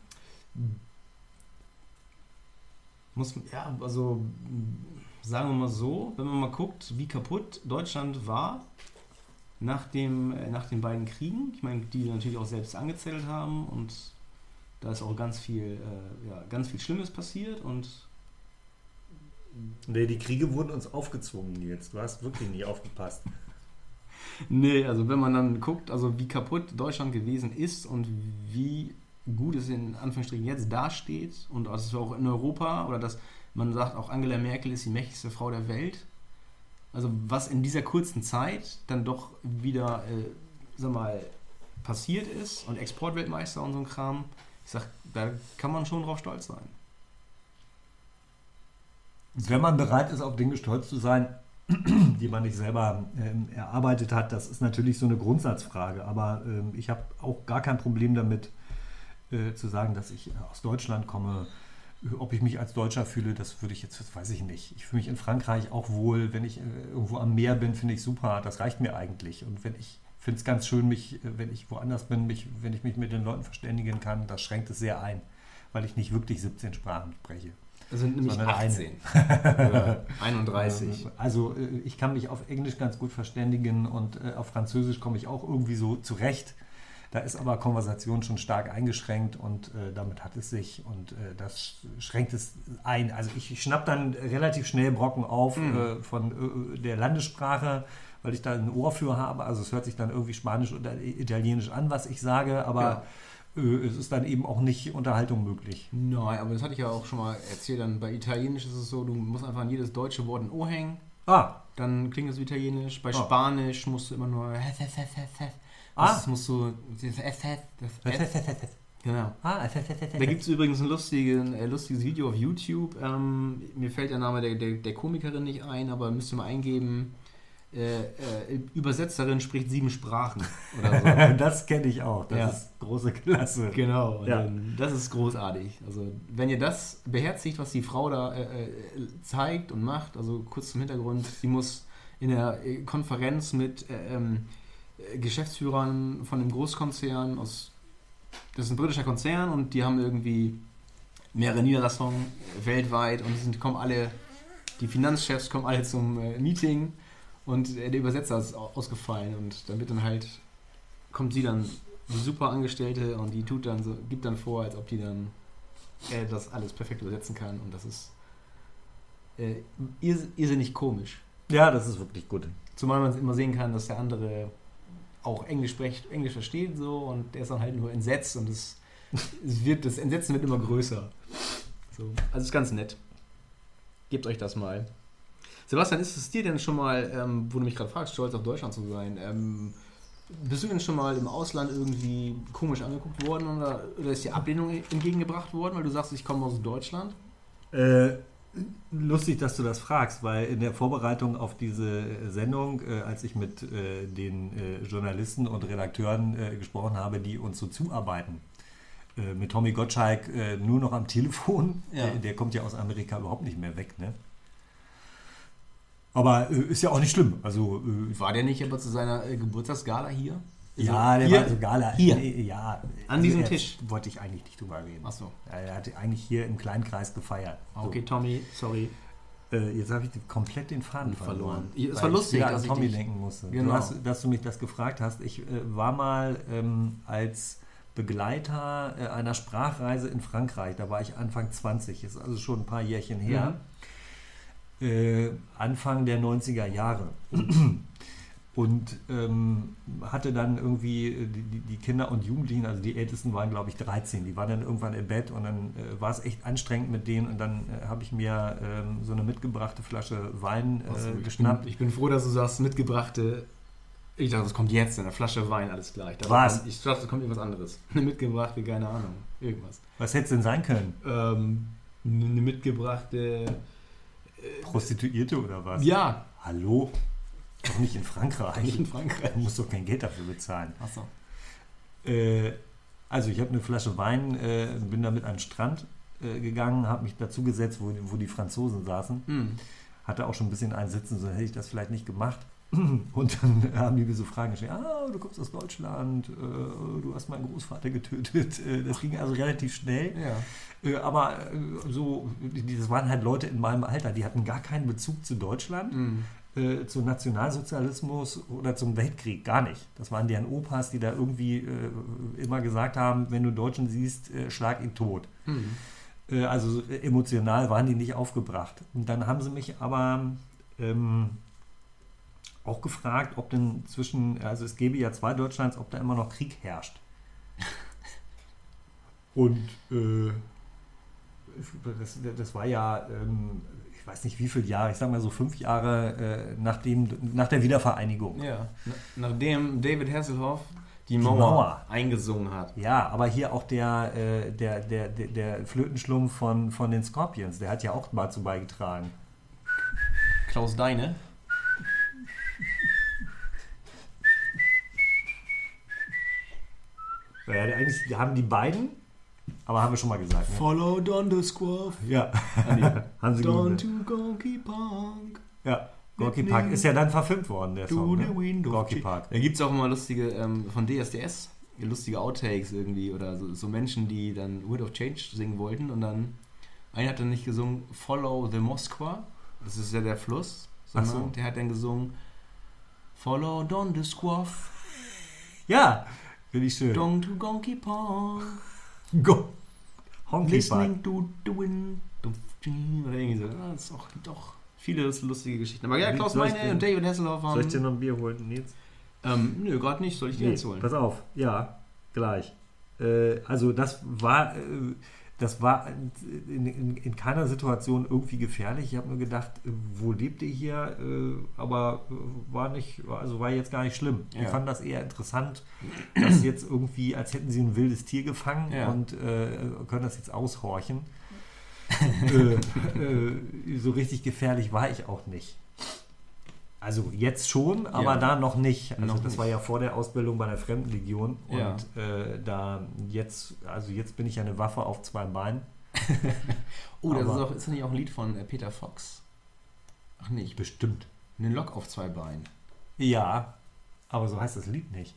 muss, ja, also sagen wir mal so, wenn man mal guckt, wie kaputt Deutschland war nach, dem, äh, nach den beiden Kriegen, ich meine, die natürlich auch selbst angezettelt haben und da ist auch ganz viel, äh, ja, ganz viel Schlimmes passiert und Nee, die Kriege wurden uns aufgezwungen, Nils. Du hast wirklich nie aufgepasst. nee, also wenn man dann guckt, also wie kaputt Deutschland gewesen ist und wie gut es in Anführungsstrichen jetzt dasteht und also auch in Europa oder dass man sagt, auch Angela Merkel ist die mächtigste Frau der Welt. Also was in dieser kurzen Zeit dann doch wieder, äh, sag mal, passiert ist und Exportweltmeister und so ein Kram, ich sag, da kann man schon drauf stolz sein. Wenn man bereit ist, auf Dinge stolz zu sein, die man nicht selber ähm, erarbeitet hat, das ist natürlich so eine Grundsatzfrage. Aber ähm, ich habe auch gar kein Problem damit, äh, zu sagen, dass ich aus Deutschland komme. Ob ich mich als Deutscher fühle, das würde ich jetzt, das weiß ich nicht. Ich fühle mich in Frankreich auch wohl. Wenn ich äh, irgendwo am Meer bin, finde ich super. Das reicht mir eigentlich. Und wenn ich finde es ganz schön, mich, äh, wenn ich woanders bin, mich, wenn ich mich mit den Leuten verständigen kann, das schränkt es sehr ein, weil ich nicht wirklich siebzehn Sprachen spreche. Das sind nämlich Sondern eine. achtzehn oder einunddreißig. Also äh, ich kann mich auf Englisch ganz gut verständigen und äh, auf Französisch komme ich auch irgendwie so zurecht. Da ist aber Konversation schon stark eingeschränkt und äh, damit hat es sich und äh, das schränkt es ein. Also ich schnapp dann relativ schnell Brocken auf Mhm. äh, von äh, der Landessprache, weil ich da ein Ohr für habe. Also es hört sich dann irgendwie Spanisch oder Italienisch an, was ich sage, aber Ja. äh, es ist dann eben auch nicht Unterhaltung möglich. Nein, aber das hatte ich ja auch schon mal erzählt. Dann bei Italienisch ist es so, du musst einfach an jedes deutsche Wort ein O hängen. Ah. Dann klingt es wie Italienisch. Bei Ah. Spanisch musst du immer nur... Ah. Das musst du... Genau. Ah, Da gibt es übrigens ein lustiges, äh, lustiges Video auf YouTube. Ähm, mir fällt der Name der, der, der Komikerin nicht ein, aber müsst ihr mal eingeben. Äh, äh, Übersetzerin spricht sieben Sprachen oder so. Das kenne ich auch. Das Ja. ist große Klasse. Genau, und Ja. ähm, das ist großartig. Also wenn ihr das beherzigt, was die Frau da äh, äh, zeigt und macht, also kurz zum Hintergrund, sie muss in der äh, Konferenz mit äh, ähm, äh, Geschäftsführern von einem Großkonzern aus, das ist ein britischer Konzern und die haben irgendwie mehrere Niederlassungen weltweit und die sind, kommen alle, die Finanzchefs kommen alle zum äh, Meeting und äh, der Übersetzer ist au- ausgefallen und dann wird dann halt, kommt sie dann, die super Angestellte, und die tut dann so, gibt dann vor, als ob die dann äh, das alles perfekt übersetzen kann, und das ist äh, irrs- irrsinnig komisch. Ja, das ist wirklich gut. Zumal man immer sehen kann, dass der andere auch Englisch spricht, Englisch versteht so, und der ist dann halt nur entsetzt und es, es wird, das Entsetzen wird immer größer. So, also ist ganz nett. Gebt euch das mal. Sebastian, ist es dir denn schon mal, ähm, wo du mich gerade fragst, stolz auf Deutschland zu sein, ähm, bist du denn schon mal im Ausland irgendwie komisch angeguckt worden oder, oder ist dir Ablehnung entgegengebracht worden, weil du sagst, ich komme aus Deutschland? Äh, lustig, dass du das fragst, weil in der Vorbereitung auf diese Sendung, äh, als ich mit äh, den äh, Journalisten und Redakteuren äh, gesprochen habe, die uns so zuarbeiten, äh, mit Tommy Gottschalk äh, nur noch am Telefon, Ja. der, der kommt ja aus Amerika überhaupt nicht mehr weg, ne? Aber äh, ist ja auch nicht schlimm. Also äh, War der nicht aber zu seiner äh, Geburtstagsgala hier? ja, der hier? war so Gala. Hier? Nee, ja, An diesem jetzt Tisch? wollte ich eigentlich nicht drüber reden. Achso. Er hatte eigentlich hier im Kleinkreis gefeiert. So. Okay, Tommy, sorry. Äh, jetzt habe ich die- komplett den Faden Verloren. verloren. Es weil war ich lustig, wieder dass an ich Tommy dich- denken musste. Genau. Du hast, dass du mich das gefragt hast. Ich äh, war mal ähm, als Begleiter äh, einer Sprachreise in Frankreich. Da war ich Anfang zwanzig. Ist also schon ein paar Jährchen her. Äh, Anfang der neunziger Jahre. Und ähm, hatte dann irgendwie äh, die, die- die Kinder und Jugendlichen, also die Ältesten waren, glaube ich, dreizehn. Die waren dann irgendwann im Bett und dann äh, war es echt anstrengend mit denen. Und dann äh, habe ich mir ähm, so eine mitgebrachte Flasche Wein äh, Also, ich, geschnappt. bin, ich bin froh, dass du sagst, mitgebrachte. Ich dachte, das kommt jetzt in einer Flasche Wein, alles klar. Ich dachte, Was? Kommt, ich dachte, da kommt irgendwas anderes. Eine mitgebrachte, keine Ahnung. Irgendwas. Was hätte es denn sein können? Ähm, eine mitgebrachte. Prostituierte oder was? Ja, Hallo? Doch nicht in Frankreich. nicht in Frankreich. Du musst doch kein Geld dafür bezahlen. Achso. Äh, also ich habe eine Flasche Wein, äh, bin damit an den Strand äh, gegangen, habe mich dazu gesetzt, wo, wo die Franzosen saßen. Hm. Hatte auch schon ein bisschen einen Sitzen, so hätte ich das vielleicht nicht gemacht. Und dann haben die mir so Fragen gestellt, ah, du kommst aus Deutschland, äh, du hast meinen Großvater getötet. Äh, das ging also relativ schnell. Ja. Äh, aber äh, so, die- das waren halt Leute in meinem Alter, die hatten gar keinen Bezug zu Deutschland, Hm. äh, zu Nationalsozialismus oder zum Weltkrieg, gar nicht. Das waren deren Opas, die da irgendwie äh, immer gesagt haben, wenn du Deutschen siehst, äh, schlag ihn tot. Hm. Äh, also äh, emotional waren die nicht aufgebracht. Und dann haben sie mich aber ähm, auch gefragt, ob denn zwischen, also es gäbe ja zwei Deutschlands, ob da immer noch Krieg herrscht. Und äh, das, das war ja, ähm, ich weiß nicht wie viele Jahre, ich sag mal so fünf Jahre äh, nach, dem, nach der Wiedervereinigung. Ja. Na- Nachdem David Hasselhoff die Die Mauer, Mauer. eingesungen hat. Ja, aber hier auch der, äh, der, der, der, der Flötenschlumpf von, von den Scorpions, der hat ja auch mal zu beigetragen. Klaus Deine. Ja, eigentlich haben die beiden, aber haben wir schon mal gesagt. Ne? Follow Don the Squaff. Ja, Nee. haben sie Don gut. to Gonky Punk. Ja, Gorky Park ist ja dann verfilmt worden, der To Song. the Ne? window. Gorky Park. Da gibt es auch immer lustige, ähm, von D S D S, lustige Outtakes irgendwie oder so, so Menschen, die dann Wind of Change singen wollten und dann, einer hat dann nicht gesungen Follow the Moskwa, das ist ja der Fluss, sondern Ach so. der hat dann gesungen Follow Don the Squaff, Ja, finde ich schön. Don to Gonky Pong, Go. Honky Park. listening to the wind of change, oder irgendwie so. Ja, das ist auch, gibt auch viele lustige Geschichten. Aber ja, Klaus Soll ich Meine denn- und David Hasselhoff Soll ich dir haben... noch ein Bier holen, Nils? Ähm, nö, gerade nicht, soll ich dir Nee, jetzt holen? pass auf, ja, gleich. Äh, also das war, äh, das war in, in, in keiner Situation irgendwie gefährlich. Ich habe nur gedacht, wo lebt ihr hier? Aber war nicht, also war jetzt gar nicht schlimm. Ja. Ich fand das eher interessant, dass jetzt irgendwie, als hätten sie ein wildes Tier gefangen Ja. und äh, können das jetzt aushorchen. äh, äh, so richtig gefährlich war ich auch nicht. Also jetzt schon, aber Ja. da noch nicht. Also Noch das nicht. war ja vor der Ausbildung bei der Fremdenlegion und Ja. äh, da jetzt, also jetzt bin ich ja eine Waffe auf zwei Beinen. Oh, das ist, Aber- auch, ist das nicht auch ein Lied von äh, Peter Fox? Ach nee, ich bin Bestimmt. eine Lok auf zwei Beinen. Ja, aber so heißt das Lied nicht.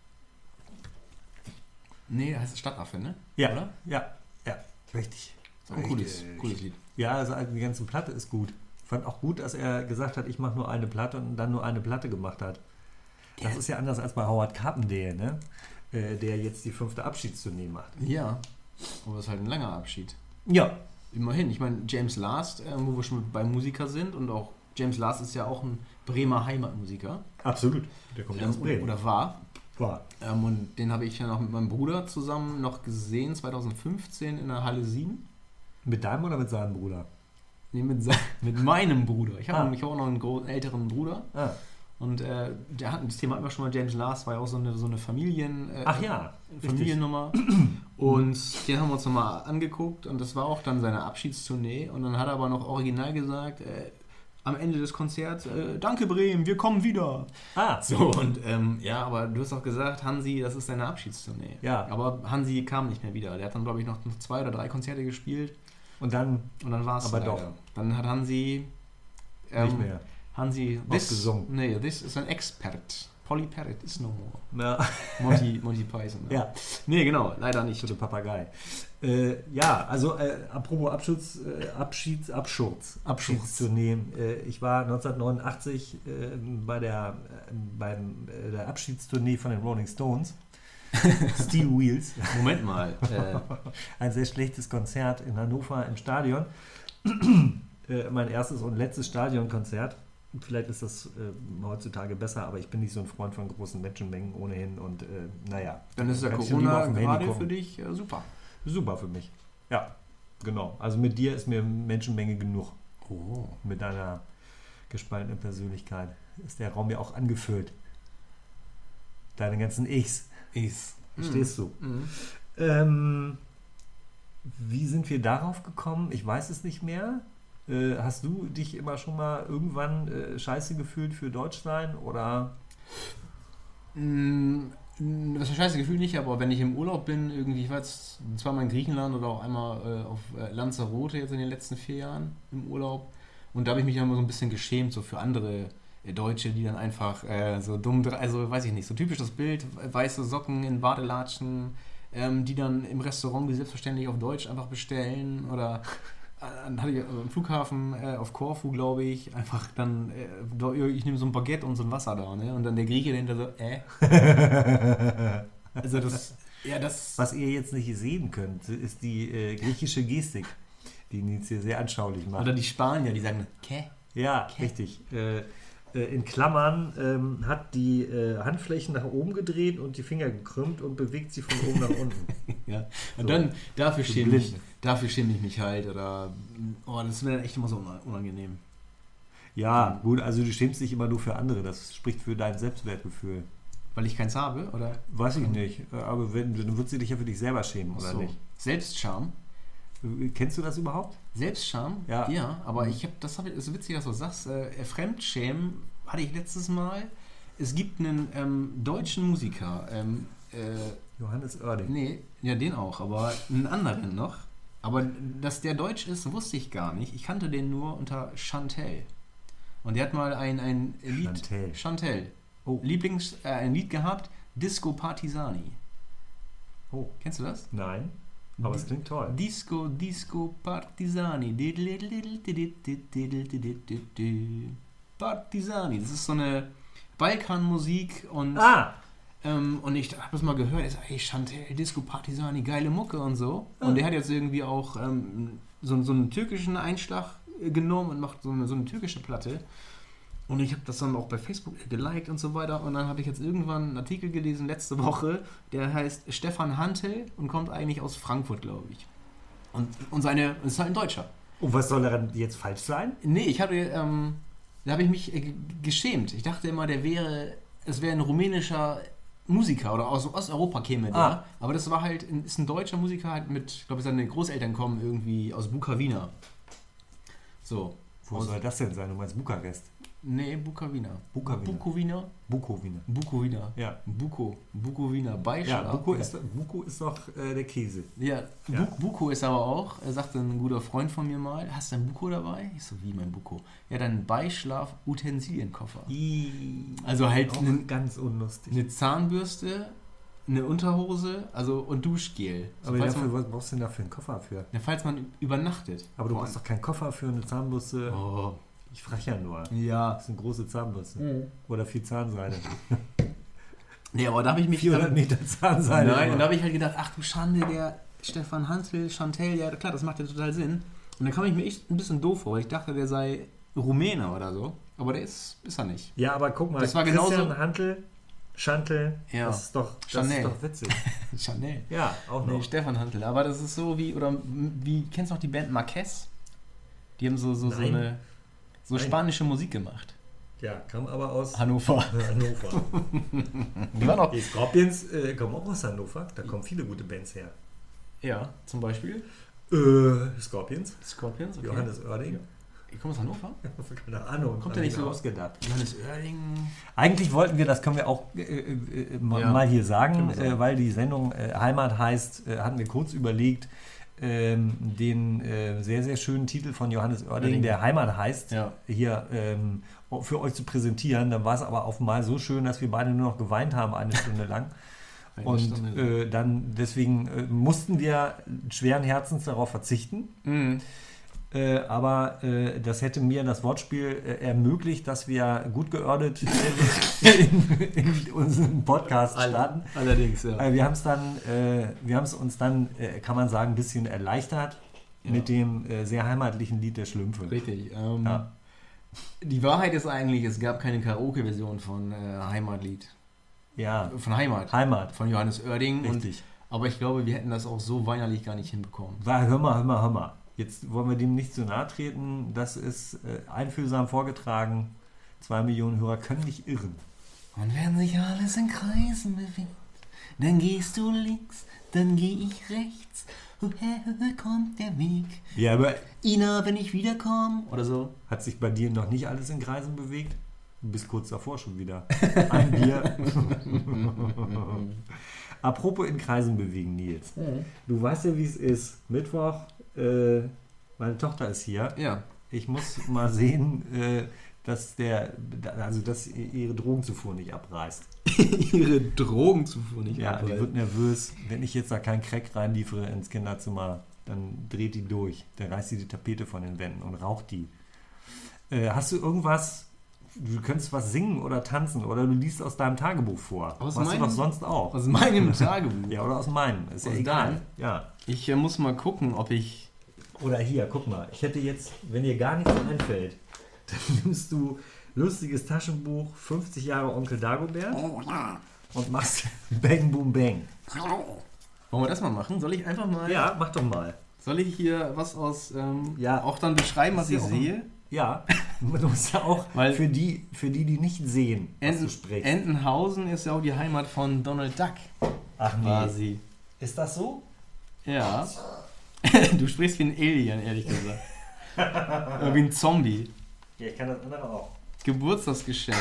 Nee, das heißt Stadtaffe, ne? Ja, Oder? ja, ja, richtig. Ist auch ein cooles, Richtig. cooles Lied. Ja, also die ganze Platte ist gut. Ich fand auch gut, dass er gesagt hat, ich mache nur eine Platte und dann nur eine Platte gemacht hat. Das ist ja anders als bei Howard Carpendale, ne? Äh, der jetzt die fünfte Abschiedstournee macht. Ja, aber es ist halt ein langer Abschied. Ja. Immerhin, ich meine, James Last, äh, wo wir schon bei Musiker sind und auch James Last ist ja auch ein Bremer Heimatmusiker. Absolut. Der kommt Ähm, oder, oder war. war. Ähm, und den habe ich ja noch mit meinem Bruder zusammen noch gesehen, zwanzig fünfzehn in der Halle sieben. Mit deinem oder mit seinem Bruder? Nee, mit, se- mit meinem Bruder. Ich habe Ah. nämlich auch noch einen gro- älteren Bruder. Ah. Und äh, der hat das Thema immer schon mal, James Last war ja auch so eine, so eine Familien, äh, Ach ja, Familiennummer. Und den haben wir uns nochmal angeguckt und das war auch dann seine Abschiedstournee. Und dann hat er aber noch original gesagt, äh, am Ende des Konzerts, äh, danke Bremen, wir kommen wieder. Ah, So, und ähm, ja, aber du hast auch gesagt, Hansi, das ist seine Abschiedstournee. Ja. Aber Hansi kam nicht mehr wieder. Der hat dann, glaube ich, noch zwei oder drei Konzerte gespielt und dann und dann war es Aber doch. Dann hat Hansi ähm, nicht mehr. Hansi, Ausgesungen. Nee, this is an expert. Polly Parrot is no more. Ja, Monty, Monty Python. ja. Nee, genau, leider nicht. Für den Papagei. Äh, ja, also äh, apropos Abschutz, äh, Abschieds, Abschurz, Abschiedstournee. Äh, ich war neunzehnhundertneunundachtzig äh, bei der, äh, beim, äh, der Abschiedstournee von den Rolling Stones. Steel Wheels. Moment mal. Äh, Ein sehr schlechtes Konzert in Hannover im Stadion. äh, mein erstes und letztes Stadionkonzert. Vielleicht ist das äh, heutzutage besser, aber ich bin nicht so ein Freund von großen Menschenmengen ohnehin und äh, naja. dann ist ja Kann ich schon lieber Corona auf dem Handy gerade gucken. für dich äh, super. Super für mich. Ja, genau. Also mit dir ist mir Menschenmenge genug. Oh. Mit deiner gespaltenen Persönlichkeit ist der Raum ja auch angefüllt. Deine ganzen Ichs. Ist. Verstehst du? Mhm. Ähm, wie sind wir darauf gekommen? Ich weiß es nicht mehr. Äh, hast du dich immer schon mal irgendwann äh, scheiße gefühlt für Deutschland oder? Mm, Das ist ein scheiße Gefühl nicht, aber wenn ich im Urlaub bin, irgendwie, ich war jetzt zweimal in Griechenland oder auch einmal äh, auf äh, Lanzarote jetzt in den letzten vier Jahren im Urlaub und da habe ich mich dann immer so ein bisschen geschämt, so für andere äh, Deutsche, die dann einfach äh, so dumm, dr- also weiß ich nicht, so typisch das Bild, weiße Socken in Badelatschen, ähm, die dann im Restaurant wie selbstverständlich auf Deutsch einfach bestellen oder dann hatte ich am Flughafen äh, auf Korfu, glaube ich, einfach dann, äh, da- ich nehme so ein Baguette und so ein Wasser da, ne? Und dann der Grieche dahinter so, äh. Also das, ja, das... Was ihr jetzt nicht sehen könnt, ist die äh, griechische Gestik, die Nils hier sehr anschaulich macht. Oder die Spanier, die sagen, Kä? Ja, richtig. Äh, äh, in Klammern ähm, hat die äh, Handflächen nach oben gedreht und die Finger gekrümmt und bewegt sie von oben nach unten. Ja. Und So. dann, dafür So schäme ich, blind. dafür schäme ich mich halt, oder, oh, das wäre dann echt immer so unangenehm. Ja, gut, also du schämst dich immer nur für andere. Das spricht für dein Selbstwertgefühl. Weil ich keins habe, oder? Weiß ich nicht. Aber wenn, dann würdest du dich ja für dich selber schämen, oder So. nicht? Selbstscham. Kennst du das überhaupt? Selbstscham? Ja. Ja, aber ich habe, das habe ich, ist witzig, dass du das sagst, äh, Fremdschämen hatte ich letztes Mal. Es gibt einen ähm, deutschen Musiker, ähm, äh, Johannes Oerding. nee, ja den auch, aber einen anderen noch. Aber dass der deutsch ist, wusste ich gar nicht. Ich kannte den nur unter Chantel. Und der hat mal ein, ein Lied, Chantel. Chantel, Oh. Lieblings, äh, ein Lied gehabt, Disco Partisani. Oh. Kennst du das? Nein, aber es klingt toll. Disco, Disco, Partisani. Partisani. Das ist so eine Balkanmusik und, Ah! ähm, und ich habe das mal gehört. Ich sag, hey, Chantel, Disco, Partisani, geile Mucke und so. Und der hat jetzt irgendwie auch ähm, so, so einen türkischen Einschlag genommen und macht so eine, so eine türkische Platte. Und ich habe das dann auch bei Facebook geliked und so weiter. Und dann habe ich jetzt irgendwann einen Artikel gelesen, letzte Woche, der heißt Stefan Hantel und kommt eigentlich aus Frankfurt, glaube ich. Und, und seine, das ist halt ein Deutscher. Und was soll daran jetzt falsch sein? Nee, ich hatte, ähm, da habe ich mich äh, geschämt. Ich dachte immer, der wäre, es wäre ein rumänischer Musiker oder aus Osteuropa käme der. Ah. Aber das war halt, ein, ist ein deutscher Musiker halt mit, ich glaube, seine Großeltern kommen irgendwie aus Bukawina. So. Wo aus, soll das denn sein? Du meinst Bukarest? Nee, Bukawina. Bukawina. Bukowina? Bukowina. Bukowina. Ja. Buko. Bukowina. Ja, Beischlaf. Buko ist, Buko ist doch äh, der Käse. Ja, Ja. Bu- Buko ist aber auch, er sagte ein guter Freund von mir mal, hast du ein Buko dabei? Ich so, wie mein Buko? Ja, dann Beischlaf-Utensilienkoffer. Also halt auch eine, ganz unlustig. eine Zahnbürste, eine Unterhose, also und Duschgel. So, Aber falls, dafür, man, was brauchst du denn da für einen Koffer für? ja, falls man übernachtet. Aber du Boah. brauchst doch keinen Koffer für eine Zahnbürste. Oh, Ich frage ja nur. ja. Das ist eine große Zahnbürste. Mhm. Oder viel Zahnseide. Nee, aber da habe ich mich... vierhundert Meter Zahnseide. Nein, und da habe ich halt gedacht, ach du Schande, der Stefan Hantel, Chantel, ja klar, das macht ja total Sinn. Und dann kam ich mir echt ein bisschen doof vor, weil ich dachte, der sei Rumäne oder so. Aber der ist, ist er nicht. Ja, aber guck mal, Das war Christian genauso- Hantel, Chantel, Ja. das ist doch, das Chanel. ist doch witzig. Chanel. Ja, auch Nee, noch. Stefan Hantel. Aber das ist so wie, oder wie, kennst du noch die Band Marquez? Die haben so, so, so Nein. eine so Nein. spanische Musik gemacht. Ja, kam aber aus Hannover. Hannover. Die waren auch. Die Scorpions äh, kommen auch aus Hannover. Da kommen viele gute Bands her. Ja, zum Beispiel. Äh, Scorpions, Scorpions. Okay. Johannes Oerding. Ich komme aus Hannover. Keine Ahnung. Kommt hab der nicht ich mir so- ausgedacht? Johannes Oerding. Eigentlich wollten wir, das können wir auch äh, äh, mal, Ja. mal hier sagen, Können wir sagen. äh, weil die Sendung äh, Heimat heißt, äh, hatten wir kurz überlegt, ähm, den äh, sehr, sehr schönen Titel von Johannes Oerding, Oerding. der Heimat heißt, Ja. hier ähm, für euch zu präsentieren. Dann war es aber auf einmal so schön, dass wir beide nur noch geweint haben, eine Stunde lang. Eine Und Stunde lang. äh, dann deswegen äh, mussten wir schweren Herzens darauf verzichten. Mhm. Äh, aber äh, das hätte mir das Wortspiel äh, ermöglicht, dass wir gut geördet äh, in, in unserem Podcast starten. Allerdings, ja. Äh, wir haben es dann, äh, wir haben es uns dann, äh, kann man sagen, ein bisschen erleichtert Ja. mit dem äh, sehr heimatlichen Lied der Schlümpfe. Richtig. Ähm, Ja. Die Wahrheit ist eigentlich, es gab keine Karaoke-Version von äh, Heimatlied. Ja, Von Heimat. Heimat. Von Johannes Oerding. Und, Richtig. aber ich glaube, wir hätten das auch so weinerlich gar nicht hinbekommen. War, hör mal, hör mal, hör mal. Jetzt wollen wir dem nicht zu nahe treten. Das ist äh, einfühlsam vorgetragen. Zwei Millionen Hörer können nicht irren. Und wenn sich alles in Kreisen bewegt, dann gehst du links, dann geh ich rechts. Woher kommt der Weg? Ja, aber Ina, wenn ich wiederkomme. Oder so. hat sich bei dir noch nicht alles in Kreisen bewegt? Du bist kurz davor schon wieder. Ein Bier. Apropos in Kreisen bewegen, Nils. Du weißt ja, wie es ist. Mittwoch, äh, meine Tochter ist hier. Ja. Ich muss mal sehen, äh, dass der, also dass ihre Drogenzufuhr nicht abreißt. Ihre Drogenzufuhr nicht Ja, die abreißen. wird nervös. Wenn ich jetzt da keinen Crack reinliefere ins Kinderzimmer, dann dreht die durch. Dann reißt sie die Tapete von den Wänden und raucht die. Äh, hast du irgendwas, du könntest was singen oder tanzen oder du liest aus deinem Tagebuch vor. Aus Machst meinem- du doch sonst auch. Aus meinem Tagebuch. Ja, oder aus meinem. Ist ja Aus egal. deinem? Ja. Ich äh, muss mal gucken, ob ich... Oder hier, guck mal. Ich hätte jetzt, wenn dir gar nichts einfällt, dann nimmst du lustiges Taschenbuch, fünfzig Jahre Onkel Dagobert Oh ja. und machst Bang Boom Bang. Hallo. Wollen wir das mal machen? Soll ich einfach mal... Ja, mach doch mal. Soll ich hier was aus... Ähm, Ja. auch dann beschreiben, was Ist ja ich auch- sehe? Ja, du musst ja auch Weil- für die, für die, die nicht sehen, was Enten, du sprichst. Entenhausen ist ja auch die Heimat von Donald Duck. Ach Quasi. Ist das so? Ja. Du sprichst wie ein Alien, ehrlich gesagt. Oder wie ein Zombie. Ja, ich kann das andere auch. Geburtstagsgeschenk.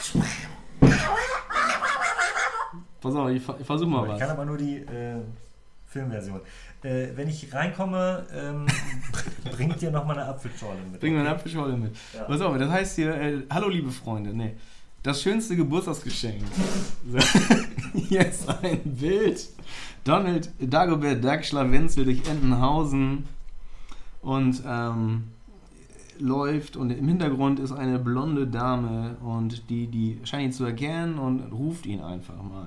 Pass auf, ich, ver- ich versuch mal Ich kann was. aber nur die äh, Filmversion. Äh, wenn ich reinkomme, ähm, bringt dir nochmal eine Apfelschorle mit. Bring mir eine Apfelschorle mit. Ja. Pass auf, das heißt hier, äh, hallo liebe Freunde, nee. Das schönste Geburtstagsgeschenk. So. Hier ist ein Bild. Donald Dagobert Duck Schlawenzel durch Entenhausen und ähm, läuft und im Hintergrund ist eine blonde Dame und die, die scheint ihn zu erkennen und ruft ihn einfach mal.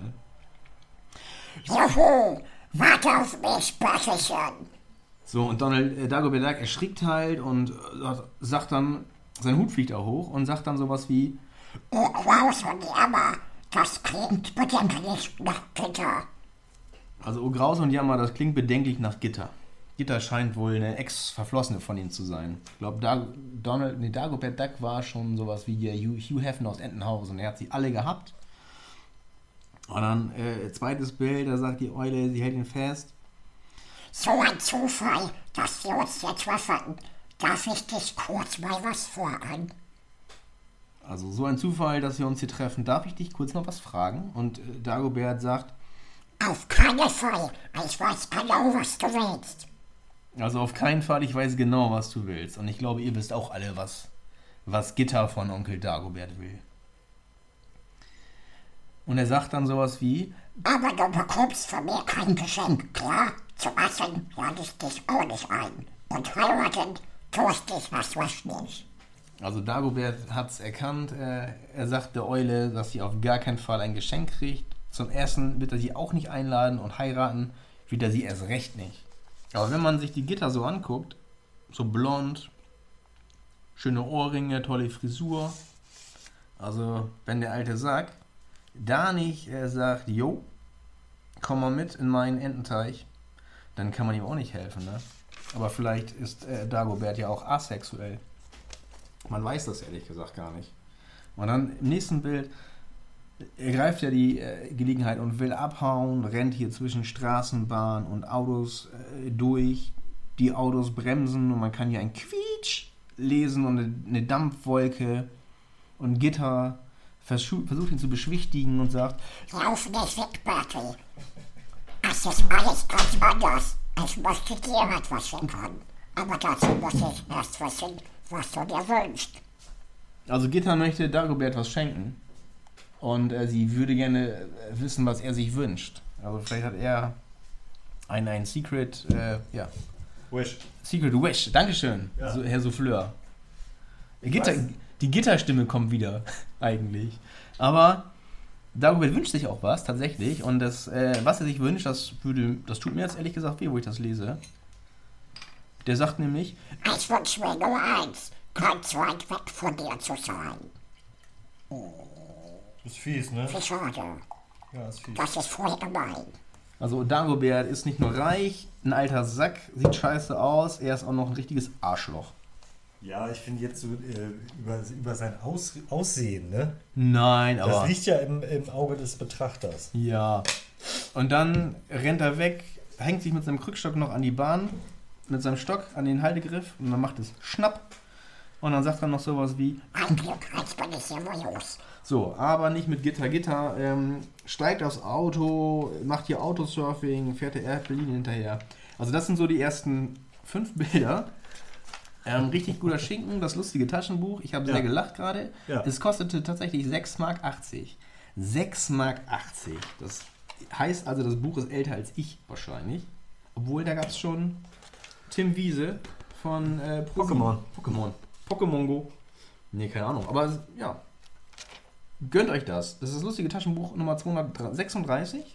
Juhu. Warte auf mich, Bachelchen. So, und Donald äh, Dagobert Duck erschrickt halt und äh, sagt dann, sein Hut fliegt auch hoch und sagt dann sowas wie, Oh, Klaus und Jammer. Das klingt bedenklich nach Gitter. also oh Graus und Jammer, das klingt bedenklich nach Gitter. Gitter scheint wohl eine Ex-Verflossene von ihm zu sein. Ich glaube, Dag- Donald, nee, Dagobert Duck war schon sowas wie der Hugh Hugh Hefner aus Entenhausen. Er hat sie alle gehabt. Und dann, äh, zweites Bild, da sagt die Eule, sie hält ihn fest. So ein Zufall, dass wir uns jetzt treffen. Darf ich dich kurz mal was fragen? Also so ein Zufall, dass wir uns hier treffen. Darf ich dich kurz noch was fragen? Und äh, Dagobert sagt, Auf keinen Fall. Ich weiß genau, was du willst. also auf keinen Fall, ich weiß genau, was du willst. Und ich glaube, ihr wisst auch alle, was, was Gitter von Onkel Dagobert will. Und er sagt dann sowas wie, Aber du bekommst von mir kein Geschenk, klar? Zum Essen lade ich dich auch nicht ein. Und heiraten tust dich was was nicht. also Dagobert hat es erkannt, äh, er sagt der Eule, dass sie auf gar keinen Fall ein Geschenk kriegt. Zum Essen wird er sie auch nicht einladen und heiraten wird er sie erst recht nicht. Aber wenn man sich die Gitter so anguckt, so blond, schöne Ohrringe, tolle Frisur, also wenn der alte Sack da nicht äh, sagt, jo, komm mal mit in meinen Ententeich, dann kann man ihm auch nicht helfen, ne? Aber vielleicht ist äh, Dagobert ja auch asexuell. Man weiß das ehrlich gesagt gar nicht. Und dann im nächsten Bild ergreift er die äh, Gelegenheit und will abhauen, rennt hier zwischen Straßenbahn und Autos äh, durch. Die Autos bremsen und man kann hier ein Quietsch lesen und eine, eine Dampfwolke. Und Gitter versucht, versucht ihn zu beschwichtigen und sagt, Lauf nicht weg, Bertie. Es ist alles ganz anders. Ich möchte dir etwas schenken. Aber dazu muss ich erst wissen, was du dir wünschst. also Gitter möchte Dagobert was schenken. Und äh, sie würde gerne äh, wissen, was er sich wünscht. Also vielleicht hat er ein, ein Secret, äh, ja, Wish. Secret Wish. Dankeschön, Ja. so, Herr Souffleur. Gitter, die Gitterstimme kommt wieder, eigentlich. Aber Dagobert wünscht sich auch was, tatsächlich. Und das, äh, was er sich wünscht, das würde, das tut mir jetzt ehrlich gesagt weh, wo ich das lese. Der sagt nämlich, Ich wünsche mir nur eins, ganz weit weg von dir zu sein. Ist fies, ne? Wie schade. Ja, ist fies. Das ist voll gemein. also Dagobert ist nicht nur reich, ein alter Sack, sieht scheiße aus, er ist auch noch ein richtiges Arschloch. Ja, ich finde jetzt so äh, über, über sein Aus, Aussehen, ne? Nein, aber... Das liegt ja im, im Auge des Betrachters. Ja. Und dann rennt er weg, hängt sich mit seinem Krückstock noch an die Bahn, mit seinem Stock an den Haltegriff und dann macht es Schnapp. Und dann sagt er noch sowas wie, Ein Glück, jetzt bin ich hier wohl los. so, aber nicht mit Gitter. Gitter ähm, steigt aufs Auto, macht hier Autosurfing, fährt der Berlin hinterher. Also das sind so die ersten fünf Bilder. Ähm, richtig guter Schinken, das lustige Taschenbuch. Ich habe Ja. sehr gelacht gerade. Ja. Es kostete tatsächlich sechs Mark achtzig. sechs Mark achtzig. Das heißt also, das Buch ist älter als ich wahrscheinlich. Obwohl, da gab es schon Tim Wiese von äh, Pokémon. Pokémon. Pokémon Go. Nee, keine Ahnung. Aber ja, gönnt euch das. Das ist das lustige Taschenbuch Nummer zweihundertsechsunddreißig.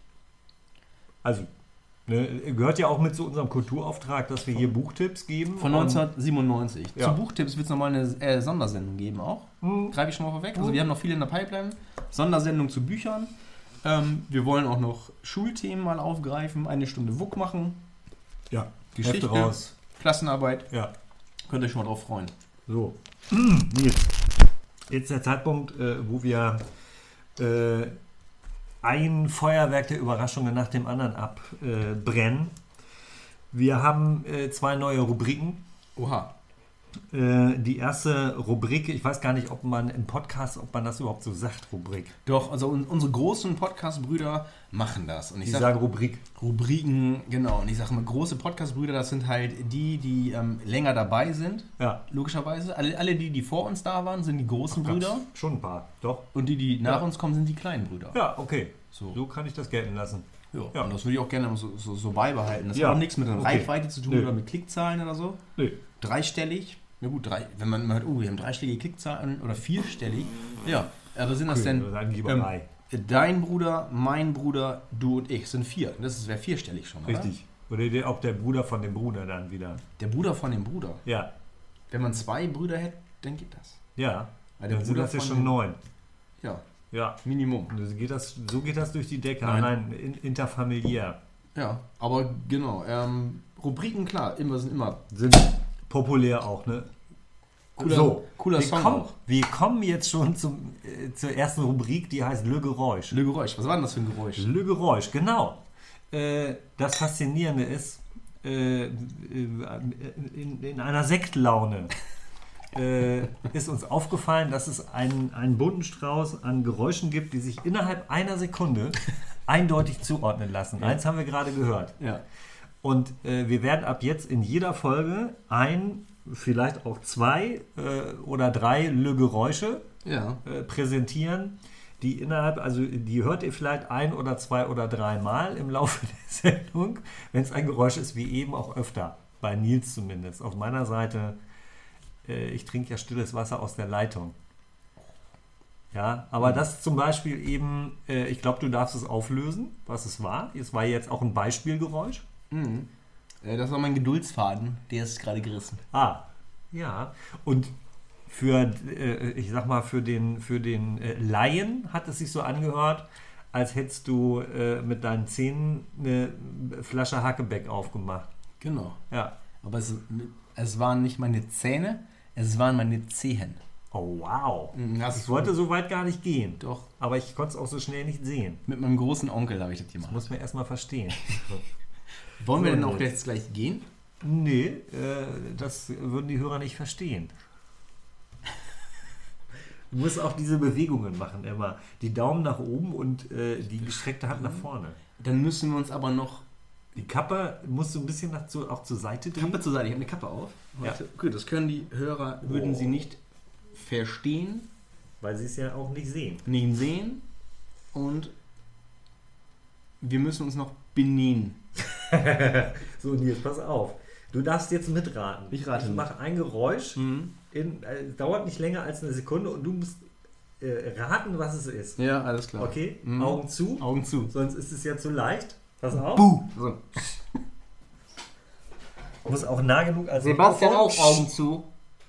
Also, ne, gehört ja auch mit zu unserem Kulturauftrag, dass wir hier Buchtipps geben. Von Und- neunzehnhundertsiebenundneunzig. Ja. Zu Buchtipps wird es nochmal eine äh, Sondersendung geben auch. Mhm. Greife ich schon mal vorweg. Also wir haben noch viele in der Pipeline. Sondersendung zu Büchern. Ähm, wir wollen auch noch Schulthemen mal aufgreifen. Eine Stunde W U K machen. Ja, Geschichte. Hefte raus. Klassenarbeit. Ja, Könnt ihr euch schon mal drauf freuen. so. Nils, jetzt der Zeitpunkt, äh, wo wir äh, ein Feuerwerk der Überraschungen nach dem anderen abbrennen. Wir haben äh, zwei neue Rubriken. Oha. Äh, die erste Rubrik, ich weiß gar nicht, ob man im Podcast, ob man das überhaupt so sagt, Rubrik. Doch, also un- unsere großen Podcast-Brüder machen das. Und ich Ich sag, sage Rubrik. Rubriken, genau. Und ich sage mal, große Podcast-Brüder, das sind halt die, die ähm, länger dabei sind. Ja. Logischerweise. Alle, alle die, die vor uns da waren, sind die großen Brüder. Schon ein paar, doch. Und die, die nach Ja. uns kommen, sind die kleinen Brüder. Ja, okay. So. So kann ich das gelten lassen. Ja. Ja. Und das würde ich auch gerne so, so, so beibehalten. Das Ja. hat auch nichts mit der Okay. Reichweite zu tun Nö. oder mit Klickzahlen oder so. Nö. Dreistellig. Ja gut, drei, wenn man hört, oh, wir haben dreistellige Klickzahlen oder vierstellig. Ja, aber sind das Okay, denn dann sagen lieber ähm, drei. dein Bruder, mein Bruder, du und ich sind vier. Das wäre vierstellig schon, oder? Richtig. Oder der, auch der Bruder von dem Bruder dann wieder. Der Bruder von dem Bruder. Ja. Wenn man zwei Brüder hätte, dann geht das. Ja. Weil der Dann sind Bruder das ja von schon dem- neun. Ja, Ja. Minimum. Und so geht das, so geht das durch die Decke. Nein. Nein, in, interfamiliär. Ja, aber genau. Ähm, Rubriken, klar, immer sind immer. Sind populär auch, ne? Cooler, so, cooler wir Song kommen, auch. Wir kommen jetzt schon zum, äh, zur ersten Rubrik, die heißt Le Geräusch. Le Geräusch, was war denn das für ein Geräusch? Le Geräusch, genau. Äh, das Faszinierende ist, äh, äh, in, in einer Sektlaune äh, ist uns aufgefallen, dass es einen, einen bunten Strauß an Geräuschen gibt, die sich innerhalb einer Sekunde eindeutig zuordnen lassen. Ja. Eins haben wir gerade gehört. Ja. Und äh, wir werden ab jetzt in jeder Folge ein, vielleicht auch zwei äh, oder drei Le Geräusche Ja. äh, präsentieren, die innerhalb, also die hört ihr vielleicht ein oder zwei oder drei Mal im Laufe der Sendung, wenn es ein Geräusch ist, wie eben auch öfter, bei Nils zumindest. Auf meiner Seite, äh, ich trinke ja stilles Wasser aus der Leitung. Ja, aber das zum Beispiel eben, äh, ich glaube, du darfst es auflösen, was es war. Es war jetzt auch ein Beispielgeräusch. Mhm. Äh, Das war mein Geduldsfaden, der ist gerade gerissen. Ah, ja. Und für, äh, ich sag mal, für den, für den äh, Laien hat es sich so angehört, als hättest du äh, mit deinen Zähnen eine Flasche Hackebeck aufgemacht. Genau. Ja. Aber es, es waren nicht meine Zähne, es waren meine Zehen. Oh, wow. Das Das wollte so weit gar nicht gehen. Doch. Aber ich konnte es auch so schnell nicht sehen. Mit meinem großen Onkel habe ich das gemacht. Muss man erstmal verstehen. Wollen wir So, denn auch Nils. jetzt gleich gehen? Nee, äh, das würden die Hörer nicht verstehen. Du musst auch diese Bewegungen machen, immer. Die Daumen nach oben und äh, die gestreckte Hand nach vorne. Dann müssen wir uns aber noch Die Kappe musst du ein bisschen nach zu, auch zur Seite drehen. Kappe zur Seite. Ich habe eine Kappe auf. Ja. Warte. Okay, das können die Hörer, würden Oh. sie nicht verstehen, Weil sie es ja auch nicht sehen. nicht sehen. Und wir müssen uns noch benehmen. So, Nils, pass auf. Du darfst jetzt mitraten. Ich rate Ich mit. mache ein Geräusch. Mhm. In, äh, dauert nicht länger als eine Sekunde und du musst äh, raten, was es ist. Ja, alles klar. Okay? Mhm. Augen zu. Augen zu. Sonst ist es ja zu leicht. Pass auf. Buh! So. Muss auch nah genug als Sebastian Mikrofon. auch Augen zu.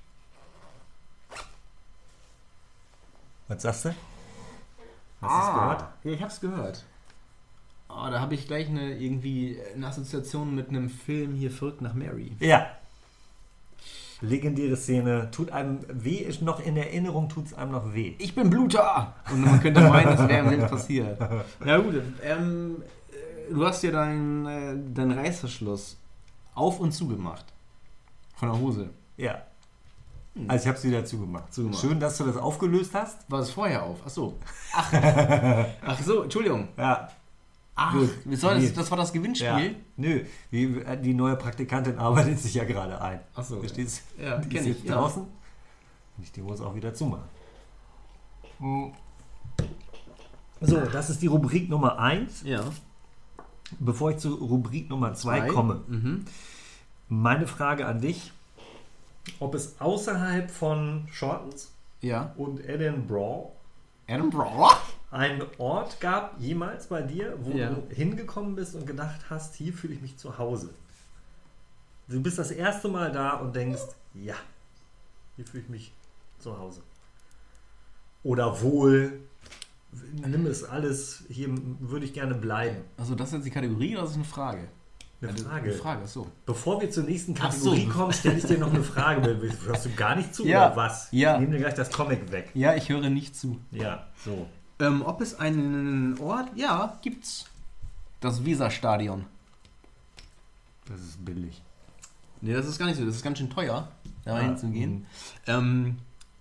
Was sagst du? Hast Ah. du es gehört? Ja, ich hab's gehört. Oh, da habe ich gleich eine irgendwie eine Assoziation mit einem Film hier Verrückt nach Mary. Ja. Legendäre Szene. Tut einem weh, ist noch in Erinnerung, tut es einem noch weh. Ich bin Bluter! Und man könnte meinen, das wäre im Film passiert. Ja gut, ähm, äh, du hast ja deinen äh, dein Reißverschluss auf und zugemacht. Von der Hose. Ja. Also ich habe es wieder zugemacht. Zugemacht. Schön, dass du das aufgelöst hast. War es vorher auf? Ach so. Ach, Ach so, Entschuldigung. Ja. Ach, Gut. wie soll das, Nee. das war das Gewinnspiel? Ja. Nö, die, die neue Praktikantin arbeitet sich ja gerade ein. Ach so. Verstehst du? Ja, Die kenn ist ich, jetzt ja. draußen. Und ich die muss auch wieder zumachen. Hm. So, das ist die Rubrik Nummer eins. Ja. Bevor ich zu Rubrik Nummer zwei Zwei. komme, Mhm. meine Frage an dich, ob es außerhalb von Shortens Ja. und Edinburgh Adam Brawler? einen Ort gab, jemals bei dir, wo Ja. du hingekommen bist und gedacht hast, hier fühle ich mich zu Hause. Du bist das erste Mal da und denkst, ja, hier fühle ich mich zu Hause. Oder wohl, nimm es alles, hier würde ich gerne bleiben. Also das ist jetzt die Kategorie oder ist das eine Frage? Eine Also, Frage. Eine Frage, ach so. Bevor wir zur nächsten Ach Kategorie so. kommen, stelle ich dir noch eine Frage. Hörst du gar nicht zu Ja. oder was? Ja. Ich nehme dir gleich das Comic weg. Ja, ich höre nicht zu. Ja, so. Ähm, ob es einen Ort? Ja, gibt's. Das Weserstadion. Das ist billig. Nee, das ist gar nicht so. Das ist ganz schön teuer, da Ah, hinzugehen. Ähm.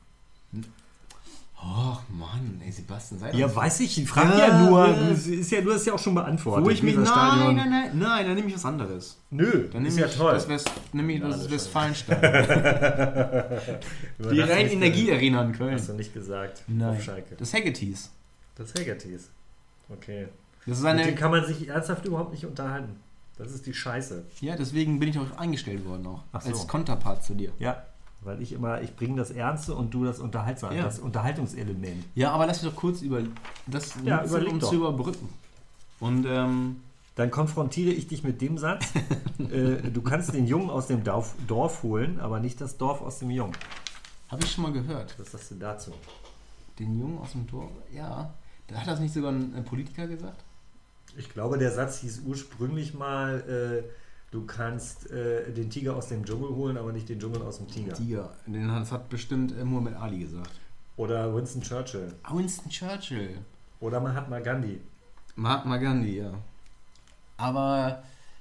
Oh Mann, ey Sebastian, sei doch Ja, nicht- weiß ich. Ich frage Ja, ja, nur. ja. Du, ist ja, du hast ja auch schon beantwortet. Wo ich mich. Nein, Weserstadion. nein, nein, nein, dann nehme ich was anderes. Nö, Dann nehme ist ja ich toll. das, West, nehme ich Ja, das das Westfalenstadion. Über Die das rein nicht Energie-Arena in ge- Köln. Hast du nicht gesagt. Nein. Auf Schalke. Das Haggerty's. Das Haggerty's. Okay. Das ist Mit dem eine. kann man sich ernsthaft überhaupt nicht unterhalten. Das ist die Scheiße. Ja, deswegen bin ich auch eingestellt worden auch. Ach so. Als Konterpart zu dir. Ja, weil ich immer, ich bringe das Ernste und du das Unterhaltsame, Ja. das Unterhaltungselement. Ja, aber lass mich doch kurz über das Ja, nutzen, überleg um doch. zu überbrücken. Und ähm, Dann konfrontiere ich dich mit dem Satz, äh, du kannst den Jungen aus dem Dorf, Dorf holen, aber nicht das Dorf aus dem Jungen. habe ich schon mal gehört. Was sagst du dazu? Den Jungen aus dem Dorf, ja. Da hat das nicht sogar ein, ein Politiker gesagt? Ich glaube, der Satz hieß ursprünglich mal, äh, Du kannst äh, den Tiger aus dem Dschungel holen, aber nicht den Dschungel aus dem Tiger. Tiger. Den hat, das hat bestimmt äh, Muhammad Ali gesagt. Oder Winston Churchill. Winston Churchill. Oder Mahatma Gandhi. Mahatma Gandhi, ja. Aber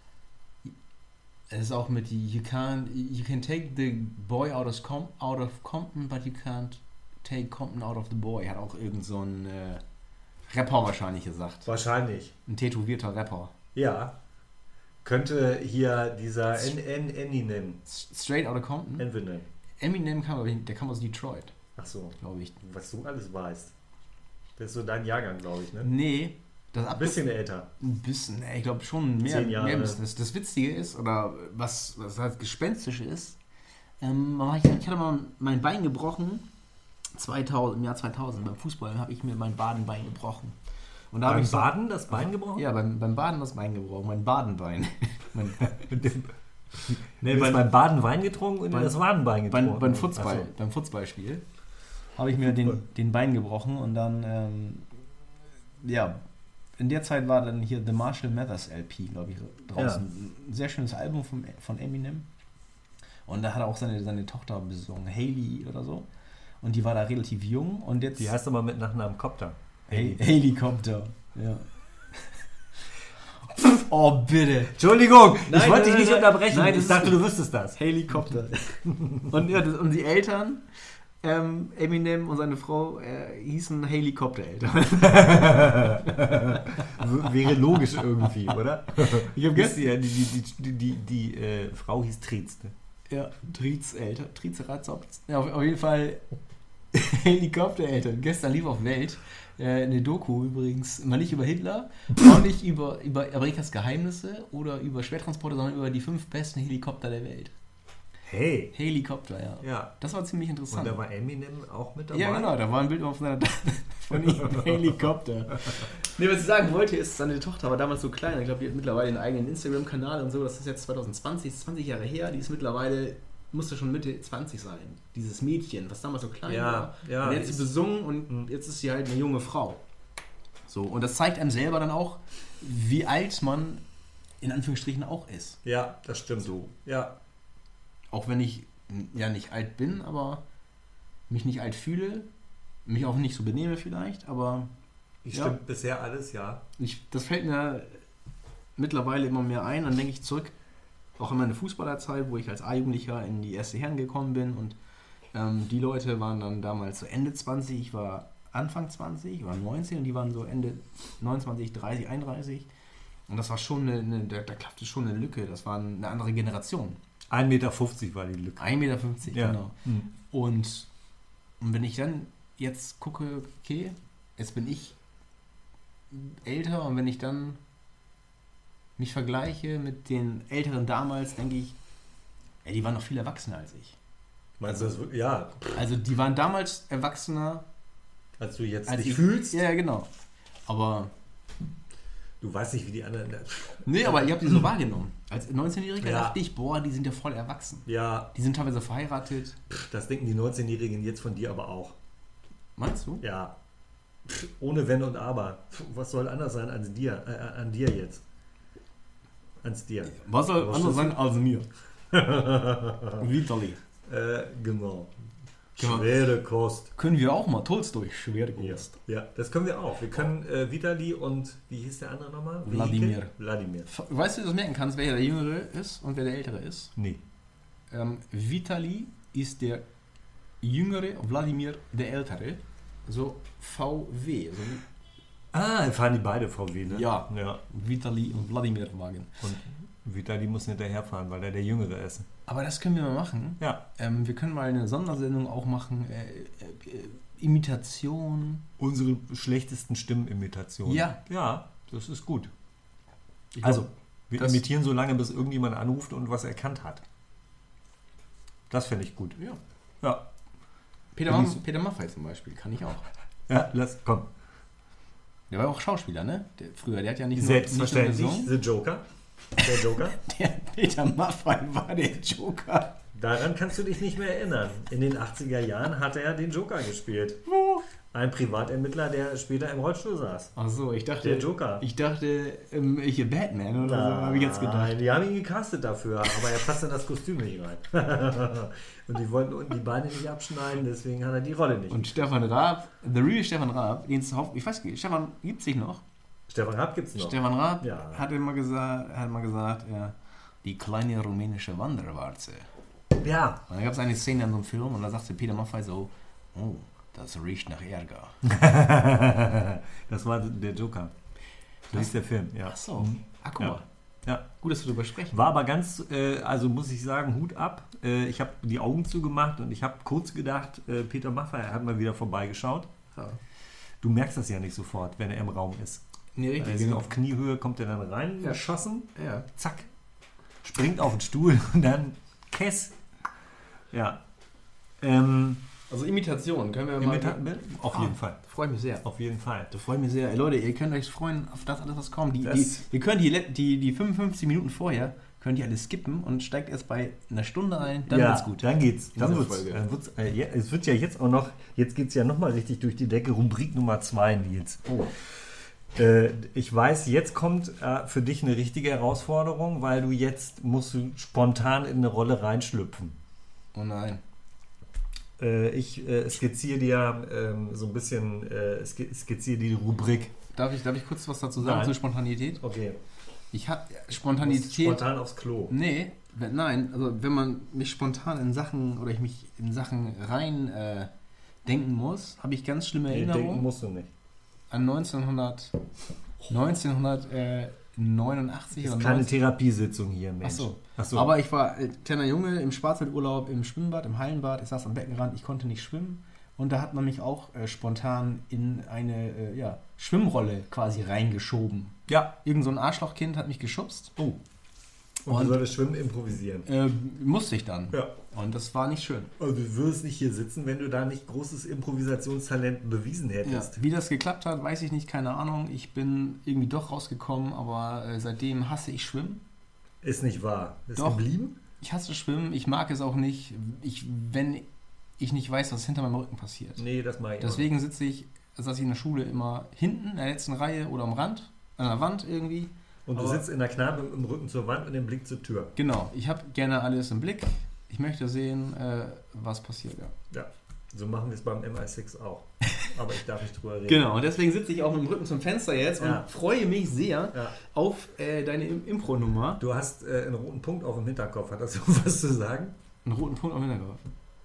es ist auch mit die, you can't, you can take the boy out of, Com- out of Compton, but you can't take Compton out of the boy. Hat auch irgend so ein äh, Rapper wahrscheinlich gesagt. Wahrscheinlich. Ein tätowierter Rapper. Ja. Könnte hier dieser N N Eminem. Straight out of Compton? Eminem. Eminem kam, aber der kam aus Detroit. Ach so. Glaube ich. Was du alles weißt. Das ist so dein Jahrgang, glaube ich, ne? Nee. Das Ein bisschen älter. Ein bisschen, ich glaube schon mehr. Zehn Jahre. mehr das, das Witzige ist, oder was, was halt gespenstisch ist, ähm, ich, ich hatte mal mein Bein gebrochen, zweitausend, im Jahr zweitausend, beim Fußball habe ich mir mein Badenbein gebrochen. Und da beim ich so, Baden das Bein gebrochen? Ja, beim, beim Baden das Bein gebrochen, mein Badenbein. mein, nee, du hast beim Baden Wein getrunken und beim, das Wadenbein getrunken. Beim, beim, Fußball, so. beim Fußballspiel habe ich mir den, den Bein gebrochen und dann, ähm, ja, in der Zeit war dann hier The Marshall Mathers L P, glaube ich, draußen. Ja. Ein sehr schönes Album von, von Eminem. Und da hat er auch seine, seine Tochter besungen, Hailey oder so. Und die war da relativ jung. Und jetzt die heißt aber mit Nachnamen Copter. Hey, Helikopter, ja. Oh, bitte. Entschuldigung, nein, ich wollte dich nein, nicht nein, unterbrechen. Nein, ich dachte, du wüsstest das. Helikopter. und, ja, das, und die Eltern, ähm, Eminem und seine Frau, äh, hießen Helikoptereltern. Wäre logisch irgendwie, oder? Ich habe gestern... Ja, die die, die, die, die äh, Frau hieß Trietz. Ne? Ja, Trietz Eltern. Trietz Ratzopf. Ja, auf, auf jeden Fall Helikoptereltern. Gestern lief auf Welt äh, eine Doku übrigens, mal nicht über Hitler, auch nicht über, über Amerikas Geheimnisse oder über Schwertransporte, sondern über die fünf besten Helikopter der Welt. Hey. Helikopter, ja. ja. Das war ziemlich interessant. Und da war Eminem auch mit dabei? Ja, genau, da war ein Bild auf seiner von ihm, Helikopter. Nee, was ich sagen wollte, ist, seine Tochter war damals so klein. Ich glaube, die hat mittlerweile einen eigenen Instagram-Kanal und so. Das ist jetzt zwanzig zwanzig, zwanzig Jahre her. Die ist mittlerweile, musste schon Mitte zwanzig sein. Dieses Mädchen, was damals so klein ja, war. Ja, und jetzt ist sie besungen und jetzt ist sie halt eine junge Frau. So, und das zeigt einem selber dann auch, wie alt man in Anführungsstrichen auch ist. Ja, das stimmt. So. Ja. Auch wenn ich ja nicht alt bin, aber mich nicht alt fühle, mich auch nicht so benehme vielleicht, aber ich ja, stimmt bisher alles, ja. Ich, das fällt mir mittlerweile immer mehr ein, dann denke ich zurück, auch an meine Fußballerzeit, wo ich als A-Jugendlicher in die erste Herren gekommen bin und ähm, die Leute waren dann damals so Ende zwanzig, ich war Anfang zwanzig, ich war neunzehn und die waren so Ende neunundzwanzig, dreißig, einunddreißig und das war schon eine, eine da, da klappte schon eine Lücke, das war eine andere Generation. ein Meter fünfzig war die Lücke. ein Meter fünfzig, ja. Genau. Hm. Und, und wenn ich dann jetzt gucke, okay, jetzt bin ich älter und wenn ich dann mich vergleiche mit den Älteren damals, denke ich, ey, die waren noch viel erwachsener als ich. Meinst du das wirklich? Ja. Also die waren damals erwachsener, als du jetzt als dich ich fühlst? Ja, genau. Aber du weißt nicht, wie die anderen... Nee, aber ich habe die so wahrgenommen. Als neunzehnjähriger ja. dachte ich, boah, die sind ja voll erwachsen. Ja. Die sind teilweise verheiratet. Das denken die neunzehnjährigen jetzt von dir aber auch. Meinst du? Ja. Ohne Wenn und Aber. Was soll anders sein als dir, äh, an dir jetzt? Ans dir. Was soll anders sein als mir? Vitali. Äh, genau. Schwere Kost. Können wir auch mal, Tolstoi, schwere Kost. Ja, ja, das können wir auch. Wir können äh, Vitali und, wie hieß der andere nochmal? Wladimir. Wladimir. Weißt du, wie du das merken kannst, wer der Jüngere ist und wer der Ältere ist? Nee. Ähm, Vitali ist der Jüngere, Wladimir der Ältere. So V W. So ah, fahren die beide V W, ne? Ja. ja. Vitali und Wladimir Wagen. Und Vitali muss hinterherfahren, weil er der Jüngere ist. Aber das können wir mal machen. Ja. Ähm, wir können mal eine Sondersendung auch machen. Äh, äh, Imitation. Unsere schlechtesten Stimmenimitationen. Ja. Ja, das ist gut. Ich also, glaub, wir imitieren so lange, bis irgendjemand anruft und was erkannt hat. Das fände ich gut. Ja. Ja. Peter, Maff- Peter Maffay zum Beispiel, kann ich auch. Ja, lass, komm. Der war auch Schauspieler, ne? Der, früher, der hat ja nicht nur, Selbstverständlich, nicht nur The Joker. Der Joker. Der Peter Maffay war der Joker. Daran kannst du dich nicht mehr erinnern. In den achtziger Jahren hat er den Joker gespielt. Wo? Ein Privatermittler, der später im Rollstuhl saß. Ach so, ich dachte... Der Joker. Ich dachte, ähm, ich Batman oder so, habe ich jetzt gedacht. Nein, die haben ihn gecastet dafür, aber er passt in das Kostüm nicht rein. Und die wollten unten die Beine nicht abschneiden, deswegen hat er die Rolle nicht. Und Stefan Raab, The Real Stefan Raab, den es ich weiß nicht, Stefan gibt es sich noch? Stefan Raab gibt's noch. Stefan Raab Ja. hat immer gesagt, hat mal gesagt, ja, die kleine rumänische Wanderwarze. Ja. Und da gab es eine Szene in so einem Film und da sagte Peter Maffay so, oh, das riecht nach Ärger. Das war der Joker. So hieß der Film, ja. Ach so, ach guck mal. Ja. Ja. Gut, dass wir darüber sprechen. War aber ganz, äh, also muss ich sagen, Hut ab. Äh, ich habe die Augen zugemacht und ich habe kurz gedacht, äh, Peter Maffay hat mal wieder vorbeigeschaut. Ja. Du merkst das ja nicht sofort, wenn er im Raum ist. Nee, Er richtig. ist Genau. auf Kniehöhe, kommt er dann rein, Ja. geschossen, Ja. zack, springt auf den Stuhl und dann Kess. Ja. Ähm, Also Imitation, können wir mal... Imita- auf jeden Ah, Fall. Freue mich sehr. Auf jeden Fall. Da freue ich mich sehr. Ey, Leute, ihr könnt euch freuen auf das alles, was kommt. Die, Das- die, ihr könnt die, let- die, die fünfundfünfzig Minuten vorher, könnt ihr alles skippen und steigt erst bei einer Stunde ein, dann ja, wird's gut. Dann geht's. In Dann dieser wird's, Folge. dann wird's, äh, ja, es wird ja jetzt auch noch, jetzt geht's ja nochmal richtig durch die Decke, Rubrik Nummer zwei, Nils. Oh. Äh, ich weiß, jetzt kommt äh, für dich eine richtige Herausforderung, weil du jetzt musst du spontan in eine Rolle reinschlüpfen. Oh nein. Äh, ich äh, skizziere dir ähm, so ein bisschen, äh, ski- skizziere die Rubrik. Darf ich, darf ich kurz was dazu sagen Nein. zur Spontanität? Okay. Ich habe Du musst Spontanität... spontan aufs Klo. Nee, wenn, nein, also wenn man mich spontan in Sachen oder ich mich in Sachen rein äh, denken muss, habe ich ganz schlimme Nee, denken Erinnerungen musst du nicht. an neunzehnhundert, neunzehnhundertneunundachtzig Das oder ist keine neunzehn Therapiesitzung hier, Mensch. Ach so. Ach so. Aber ich war äh, kleiner Junge im Schwarzwaldurlaub im Schwimmbad, im Hallenbad. Ich saß am Beckenrand, ich konnte nicht schwimmen. Und da hat man mich auch äh, spontan in eine äh, ja, Schwimmrolle quasi reingeschoben. ja. Irgend so ein Arschlochkind hat mich geschubst. Oh. Und, Und- du solltest Schwimmen improvisieren. Äh, musste ich dann. Ja. Und das war nicht schön. Also du würdest nicht hier sitzen, wenn du da nicht großes Improvisationstalent bewiesen Ja. hättest. Wie das geklappt hat, weiß ich nicht, keine Ahnung. Ich bin irgendwie doch rausgekommen, aber äh, seitdem hasse ich Schwimmen. Ist nicht wahr. Ist Doch. geblieben? Ich hasse Schwimmen, ich mag es auch nicht, ich, wenn ich nicht weiß, was hinter meinem Rücken passiert. Nee, das mag ich Deswegen sitze ich, saß ich in der Schule immer hinten, in der letzten Reihe oder am Rand, an der Wand irgendwie. auch. Und du aber- sitzt in der Kneipe mit dem Rücken zur Wand und dem Blick zur Tür. Genau, ich habe gerne alles im Blick. Ich möchte sehen, äh, was passiert. Ja. Ja. So machen wir es beim M I sechs auch. Aber ich darf nicht drüber reden. Genau, und deswegen sitze ich auch mit dem Rücken zum Fenster jetzt Ja. und freue mich sehr Ja. auf äh, deine Im- Impro-Nummer. Du hast äh, einen roten Punkt auf dem Hinterkopf. Hat das so was zu sagen? Einen roten Punkt am Hinterkopf.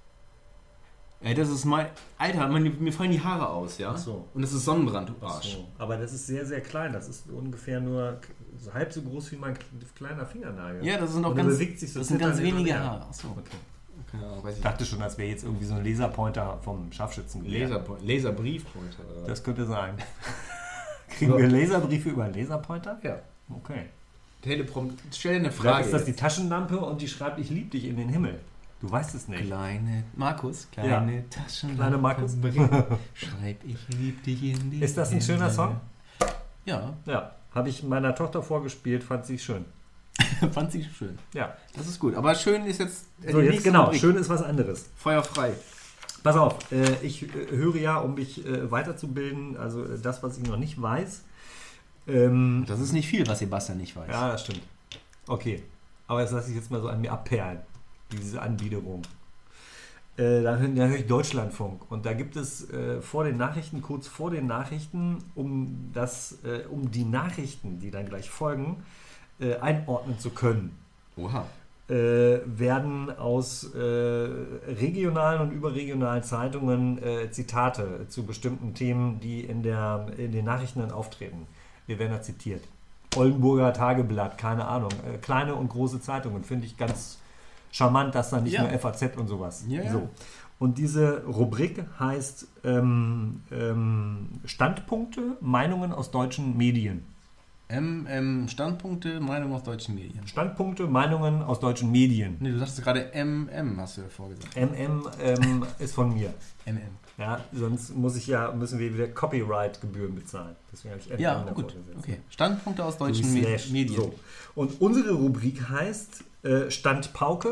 Ey, das ist mein... Alter, meine, mir fallen die Haare aus, ja? Ach so. Und das ist Sonnenbrand, du Arsch. So. Aber das ist sehr, sehr klein. Das ist ungefähr nur k- so halb so groß wie mein k- kleiner Fingernagel. Ja, das sind auch Und er ganz, bewegt sich so das sind ganz zitternd hin und wenige her. Haare. Achso. Okay. Keine Ahnung, weiß Ich dachte schon, das wäre jetzt irgendwie so ein Laserpointer vom Scharfschützen. Laser, Laserbriefpointer. oder? Das könnte sein. Kriegen So. wir Laserbriefe über einen Laserpointer? Ja. Okay. Teleprompt. Stell dir eine Vielleicht Frage. ist das die jetzt. Taschenlampe und die schreibt, ich liebe dich in den Himmel. Du weißt es nicht. Kleine Markus, kleine Ja. Taschen. Kleine Markus. Schreib, ich lieb dich in die Ist das ein schöner Song? Ja, Ja. Habe ich meiner Tochter vorgespielt, fand sie schön. fand sie schön. Ja. Das ist gut. Aber schön ist jetzt. äh, So, die jetzt nächste genau. Rubrik. Schön ist was anderes. Feuer frei. Pass auf, äh, ich äh, höre ja, um mich äh, weiterzubilden, also äh, das, was ich noch nicht weiß. Ähm, Das ist nicht viel, was Sebastian nicht weiß. ja, das stimmt. Okay. Aber das lasse ich jetzt mal so an mir abperlen, diese Anbiederung. Äh, da, hör- da höre ich Deutschlandfunk. Und da gibt es äh, vor den Nachrichten, kurz vor den Nachrichten, um, das, äh, um die Nachrichten, die dann gleich folgen, äh, einordnen zu können. Oha. Äh, werden aus äh, regionalen und überregionalen Zeitungen äh, Zitate zu bestimmten Themen, die in, der, in den Nachrichten dann auftreten. Wir werden da zitiert. Oldenburger Tageblatt, keine Ahnung. Äh, kleine und große Zeitungen, finde ich ganz charmant, dass da nicht Ja. nur F A Z und sowas. Ja, ja. So. Und diese Rubrik heißt ähm, ähm, Standpunkte, Meinungen aus deutschen Medien. M M Standpunkte, Meinung aus deutschen Medien. Standpunkte, Meinungen aus deutschen Medien. Nee, du sagst gerade M M, hast du ja vorgesagt. M M ähm, ist von mir. M M. Ja, sonst muss ich ja, müssen wir wieder Copyright-Gebühren bezahlen. Deswegen habe ich M M Ja, davor gut. gesetzt. Okay. Standpunkte aus So deutschen wie Me Slash. Medien. So. Und unsere Rubrik heißt äh, Stand Pauke,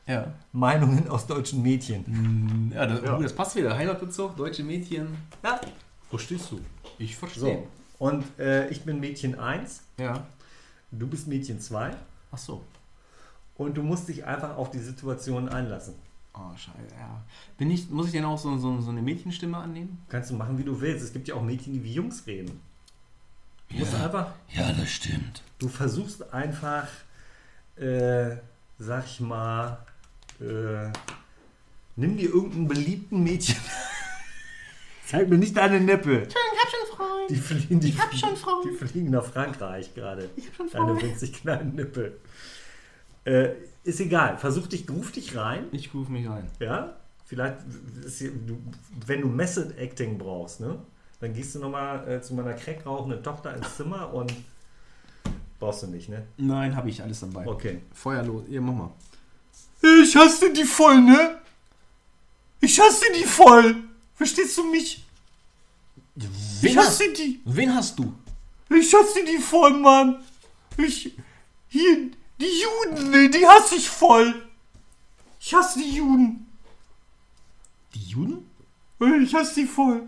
Ja. Meinungen aus deutschen Mädchen. Ja, das, Ja. das passt wieder. Heimatbezug, deutsche Mädchen. Ja. Verstehst du? Ich verstehe. So. Und äh, ich bin Mädchen eins, Ja. du bist Mädchen zwei Ach so. und du musst dich einfach auf die Situation einlassen. Oh, scheiße, ja. Bin ich, muss ich denn auch so, so, so eine Mädchenstimme annehmen? Kannst du machen, wie du willst. Es gibt ja auch Mädchen, die wie Jungs reden. Du musst einfach, Ja, das stimmt. du versuchst einfach, äh, sag ich mal, äh, nimm dir irgendeinen beliebten Mädchen. Zeig mir nicht deine Nippel. Ich hab schon Freund. Die fliegen, die, Ich hab schon Frauen. Die fliegen nach Frankreich gerade. Ich hab schon Deine Freund. winzig kleinen Nippel. Äh, ist egal. Versuch dich, ruf dich rein. Ich rufe mich rein. Ja? Vielleicht, ist hier, du, wenn du Method Acting brauchst, ne? Dann gehst du nochmal äh, zu meiner crackrauchenden Tochter ins Zimmer und brauchst du nicht, ne? Nein, habe ich alles dabei. Okay. Feuer los. Ihr mach mal. Ich hasse die voll, ne? Ich hasse die voll. Verstehst du mich? Wen hast, die. wen hast du? Ich hasse die voll, Mann. Ich. Hier, die Juden, ne? Die hasse ich voll. Ich hasse die Juden. Die Juden? Ich hasse die voll.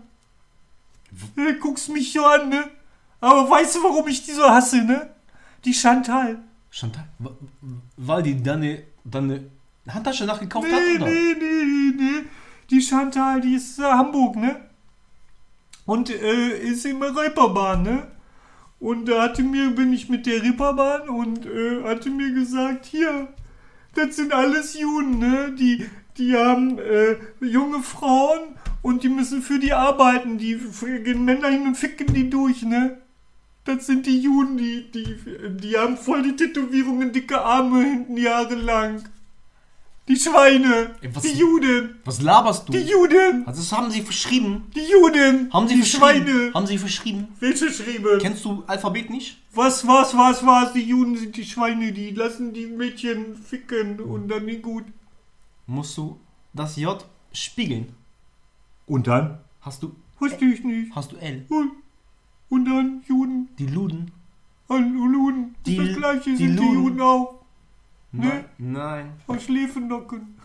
Du guckst mich so an, ne? Aber weißt du, warum ich die so hasse, ne? Die Chantal. Chantal? W- Weil die deine, deine Handtasche nachgekauft hat, Nee, oder? nee, nee, nee. Die Chantal, die ist äh, Hamburg, ne? Und äh, ist in der Reeperbahn, ne? Und da hatte mir, bin ich mit der Reeperbahn und äh, hatte mir gesagt, hier, das sind alles Juden, ne? Die, die haben äh, junge Frauen und die müssen für die arbeiten. Die f- gehen Männer hin und ficken die durch, ne? Das sind die Juden, die, die, die haben voll die Tätowierungen, dicke Arme hinten jahrelang. Die Schweine, Ey, was- die Juden, Was laberst du? die Juden, Also das haben sie verschrieben. die Juden, Haben sie die verschrieben? Schweine. Haben sie verschrieben? Welche schrieben? Kennst du Alphabet nicht? Was, was, was, was? Die Juden sind die Schweine, die lassen die Mädchen ficken und dann nicht gut. Musst du das J spiegeln. Und dann? Hast du, Wusste ich nicht. hast du L. Und, und dann Juden, Die Luden. Luden. Die- das gleiche die sind die Luden. Juden auch. Nein. Ne? Nein. Aus Schläfenlocken.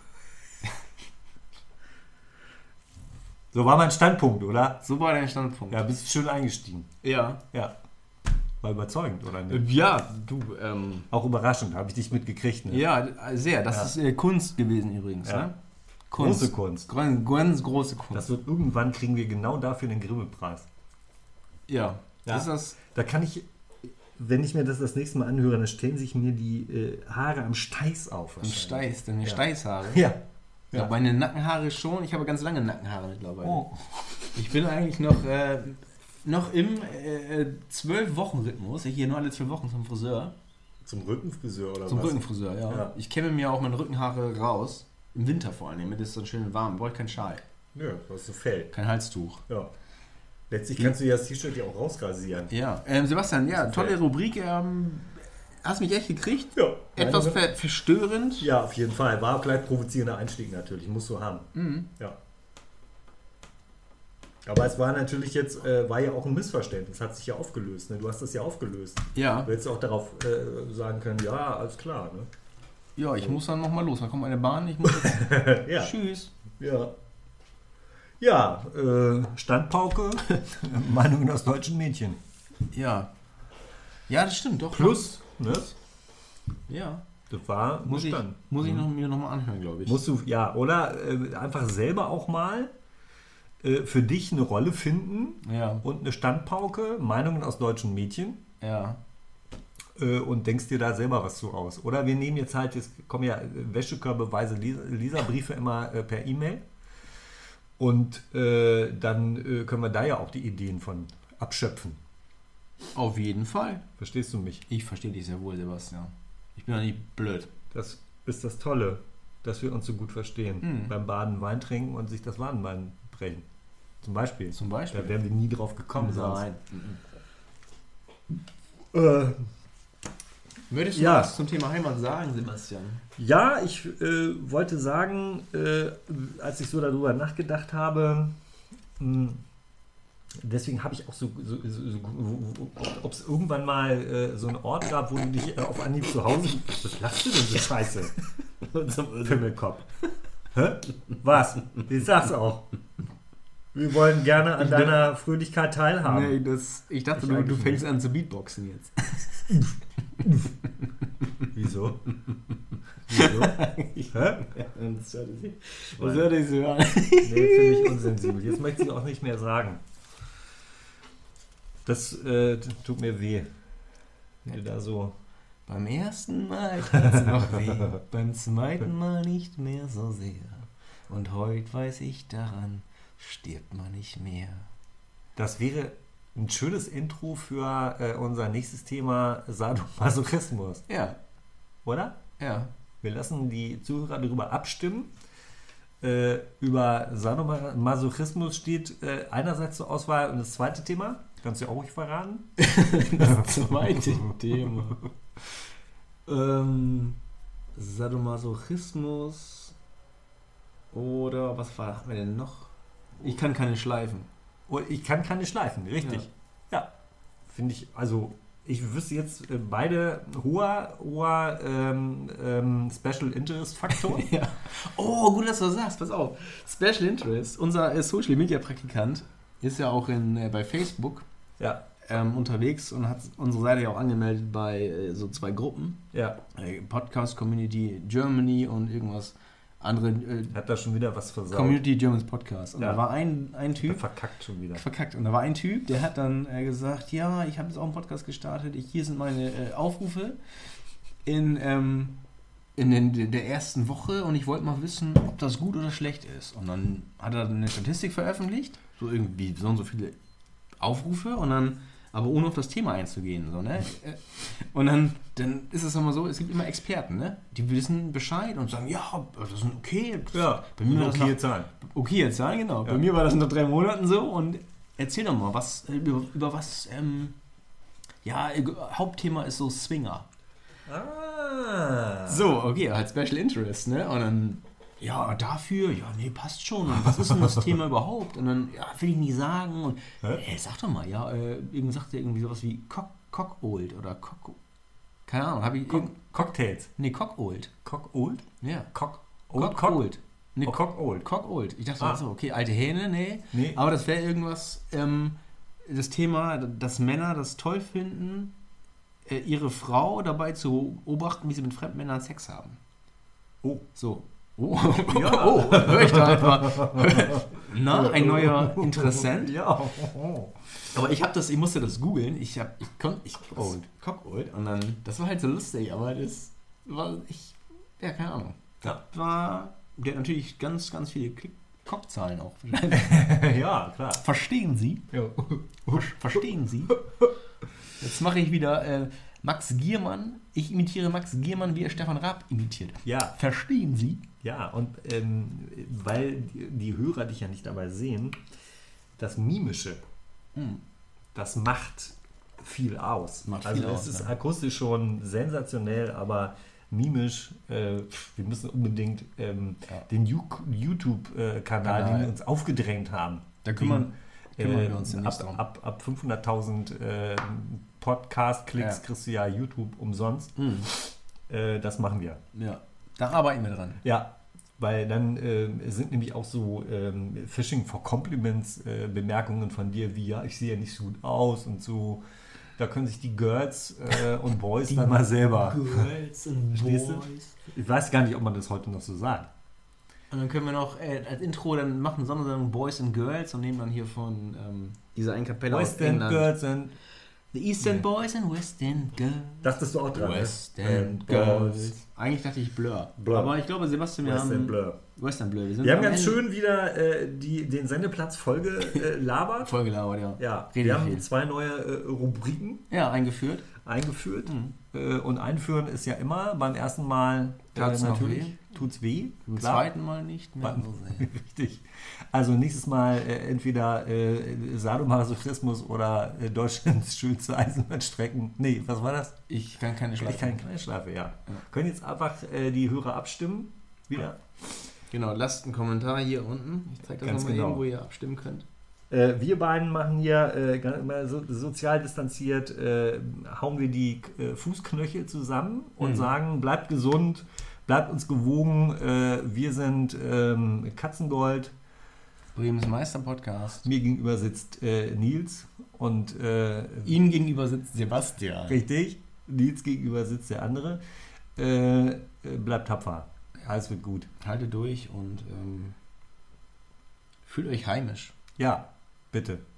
So war mein Standpunkt, oder? So war dein Standpunkt. Ja, bist schön eingestiegen. Ja. Ja. War überzeugend, oder nicht? Ja, du, ähm, Auch überraschend, habe ich dich mitgekriegt, ne? ja, sehr. Das Ja. ist äh, Kunst gewesen übrigens, Ja. ne? Große Kunst. Ganz, ganz große Kunst. Das wird irgendwann kriegen wir genau dafür den Grimme-Preis. ja. Ja. Ist das... Da kann ich, wenn ich mir das das nächste Mal anhöre, dann stellen sich mir die äh, Haare am Steiß auf. Ein wahrscheinlich. Steiß, deine Ja. Steißhaare. Ja. Ja, meine Nackenhaare schon. Ich habe ganz lange Nackenhaare mittlerweile. Oh. Ich bin eigentlich noch, äh, noch im äh, zwölf-Wochen-Rhythmus. Ich gehe nur alle zwölf Wochen zum Friseur. Zum Rückenfriseur oder Zum was? Rückenfriseur, ja. Ja. Ich kämme mir auch meine Rückenhaare raus. Im Winter vor allem, damit es dann schön warm. Brauche ich keinen Schal, Ja, du hast so Fell. kein Halstuch. Ja. Letztlich kannst du ja das T-Shirt ja auch rausrasieren. Ja, ähm, Sebastian, ja, So tolle Fell. Rubrik. Ähm, hast mich echt gekriegt. Ja. Etwas Meine- ver verstörend. Ja, auf jeden Fall. War gleich provozierender Einstieg natürlich. Musst du haben. Mhm. Ja. Aber es war natürlich jetzt, äh, war ja auch ein Missverständnis. Hat sich ja aufgelöst. Ne? Du hast das ja aufgelöst. Ja, Du hättest auch darauf äh, sagen können, ja, alles klar. Ne? ja, ich muss dann nochmal los. Da kommt eine Bahn. Ich muss jetzt... Ja. Tschüss. Ja. Ja, äh, Standpauke, Meinungen aus deutschen Mädchen. Ja. Ja, das stimmt, doch. Plus, ne? Ja. Das war Muss ich, Stand. muss ich noch, mir nochmal anhören, glaube ich. Musst du, ja, oder äh, einfach selber auch mal äh, für dich eine Rolle finden Ja, und eine Standpauke, Meinungen aus deutschen Mädchen ja. äh, und denkst dir da selber was zu aus. Oder wir nehmen jetzt halt, es kommen ja äh, wäschekörbeweise Leser, Leserbriefe immer äh, per E-Mail und äh, dann äh, können wir da ja auch die Ideen von abschöpfen. Auf jeden Fall. Verstehst du mich? Ich verstehe dich sehr wohl, Sebastian. Ich bin ja nicht blöd. Das ist das Tolle, dass wir uns so gut verstehen. Mhm. Beim Baden Wein trinken und sich das Wadenbein brechen. Zum Beispiel. Zum Beispiel. Da wären wir nie drauf gekommen. Nein. sonst. Äh, Würdest du Ja. was zum Thema Heimat sagen, Sebastian? ja, ich äh, wollte sagen, äh, als ich so darüber nachgedacht habe, mh, deswegen habe ich auch so, so, so, so ob es irgendwann mal äh, so einen Ort gab, wo du dich äh, auf Anhieb zu Hause... Was lachst du denn so scheiße? Pimmelkopf. Hä? Was? Ich sag's auch. Wir wollen gerne an deiner Fröhlichkeit teilhaben. Nee, das, ich dachte, Ich du, auch du nicht fängst an zu Beatboxen jetzt. Wieso? Wieso? Hä? Das hört sich so an. Nee, finde ich unsensibel. Jetzt möchte ich auch nicht mehr sagen. Das äh, tut mir weh. Wenn du da so... Beim ersten Mal tut's noch weh, beim zweiten Mal nicht mehr so sehr. Und heute weiß ich daran, stirbt man nicht mehr. Das wäre ein schönes Intro für äh, unser nächstes Thema Sadomasochismus, Ja, oder? ja. Wir lassen die Zuhörer darüber abstimmen. Äh, über Sadomasochismus steht äh, einerseits zur Auswahl und das zweite Thema, kannst du ja auch ruhig verraten. Das zweite Thema. Ähm, Sadomasochismus oder was war, hatten wir denn noch? Ich kann keine Schleifen. Und ich kann keine Schleifen, richtig. Ja, ja. Finde ich, also ich wüsste jetzt äh, beide hoher, hoher ähm, ähm, Special Interest Faktor. Ja. Oh, gut, dass du das sagst. Pass auf. Special Interest, unser äh, Social Media Praktikant, ist ja auch in, äh, bei Facebook Ja, ähm, unterwegs und hat unsere Seite ja auch angemeldet bei äh, so zwei Gruppen. ja. Äh, Podcast Community Germany und irgendwas andere. Äh, Hat da schon wieder was versaut. Community Germans Podcast. Und Ja. da war ein, ein Der Typ, verkackt schon wieder. verkackt. Und da war ein Typ, der hat dann äh, gesagt, ja, ich habe jetzt auch einen Podcast gestartet, ich, hier sind meine äh, Aufrufe in, ähm, in den, der ersten Woche und ich wollte mal wissen, ob das gut oder schlecht ist. Und dann hat er eine Statistik veröffentlicht, so irgendwie so und so viele Aufrufe und dann, aber ohne auf das Thema einzugehen. So, ne? Und dann, dann ist es immer so, es gibt immer Experten, ne? Die wissen Bescheid und sagen, ja, das ist okay. Ja, bei mir war das okay nach- Zahlen. Okay, jetzt sagen, genau. Ja. Bei mir war das nach drei Monaten so und erzähl doch mal, was über, über was, ähm, ja, Hauptthema ist so Swinger. Ah. So, okay, halt Special Interest, ne? Und dann, ja, dafür, ja, nee, passt schon. Und was ist denn das Thema überhaupt? Und dann, ja, will ich nie sagen. Und, Hä? ey, sag doch mal, ja, äh, irgend sagt er irgendwie sowas wie Cock, Cockold oder Cock, keine Ahnung, habe ich, Co irgend, Cocktails. nee, Cockold. Cock old? Ja. Cock old? Cockold. Nee, Oh, Cock old. Cockold. Ich dachte, Ah. so, okay, alte Hähne, nee. Nee. Aber das wäre irgendwas, ähm, das Thema, dass Männer das toll finden, äh, ihre Frau dabei zu beobachten, wie sie mit fremden Männern Sex haben. Oh. So. Oh, Ja. oh, hör ich da einfach. Na, ein neuer Interessent. Ja. Aber ich habe das, ich musste das googeln. Ich habe, ich konnte, ich Cockold. Cockold. Und dann, das war halt so lustig, aber das war, ich, ja, keine Ahnung. Ja. War, der hat natürlich ganz, ganz viele Klick Kockzahlen auch. Ja, klar. Verstehen Sie? Ja. Verstehen Sie? Jetzt mache ich wieder äh, Max Giermann. Ich imitiere Max Giermann, wie er Stefan Raab imitiert. Ja, Verstehen Sie? ja, und ähm, weil die, die Hörer dich ja nicht dabei sehen, das Mimische, Hm. das macht viel aus. Macht also viel es aus, ist ja. akustisch schon sensationell, aber mimisch, äh, wir müssen unbedingt ähm, Ja. den Ju- YouTube-Kanal, Kanal. den wir uns aufgedrängt haben. Da kümmern, Wegen, kümmern äh, wir uns demnächst ab, drum. ab, ab fünfhunderttausend äh, Podcast-Klicks Ja. kriegst du ja YouTube umsonst. Hm. Äh, das machen wir. Ja, da arbeiten wir dran. Ja, weil dann äh, sind nämlich auch so ähm, Phishing for Compliments äh, Bemerkungen von dir wie, ja, ich sehe ja nicht so gut aus und so. Da können sich die Girls äh, und Boys dann mal selber. Girls and Verstehst du? Boys. Ich weiß gar nicht, ob man das heute noch so sagt. Und dann können wir noch äh, als Intro dann machen Sondersendung Boys and Girls und nehmen dann hier von ähm, dieser einen Kapelle aus Boys and England. Girls and... The Eastern Nee. Boys and West End Girls. Dachtest du auch dran, ne? West And End Girls. Eigentlich dachte ich Blur. Blur. Aber ich glaube, Sebastian, wir West haben... and Blur. Western Blur. sind Wir haben am ganz Ende schön wieder äh, die, den Sendeplatz Folge äh, labert. vollgelabert, ja. Ja, Rede wir haben viel. zwei neue äh, Rubriken Ja, eingeführt. eingeführt. Mhm. Äh, und einführen ist ja immer beim ersten Mal äh, Tat's noch natürlich weh? tut's weh. Beim klar. zweiten Mal nicht mehr Beim- so sehr. Richtig. Also nächstes Mal äh, entweder äh, Sadomasochismus oder äh, Deutschlands schönste Eisenbahnstrecken. Nee, was war das? Ich kann keine Ich Schleife. kann keine Schleife, ja. Können jetzt einfach äh, die Hörer abstimmen. Wieder. Genau, lasst einen Kommentar hier unten. Ich zeige das Ganz nochmal genau. eben, wo ihr abstimmen könnt. Äh, wir beiden machen hier äh, ganz, mal so, sozial distanziert, äh, hauen wir die äh, Fußknöchel zusammen und Mhm. sagen, bleibt gesund, Bleibt uns gewogen. Äh, wir sind ähm, Katzengold. Bremens Meister-Podcast. Mir gegenüber sitzt äh, Nils. Und äh, Ihm gegenüber sitzt Sebastian. richtig. Nils gegenüber sitzt der andere. Äh, bleibt tapfer. Alles wird gut. Haltet durch und ähm, fühlt euch heimisch. Ja, bitte.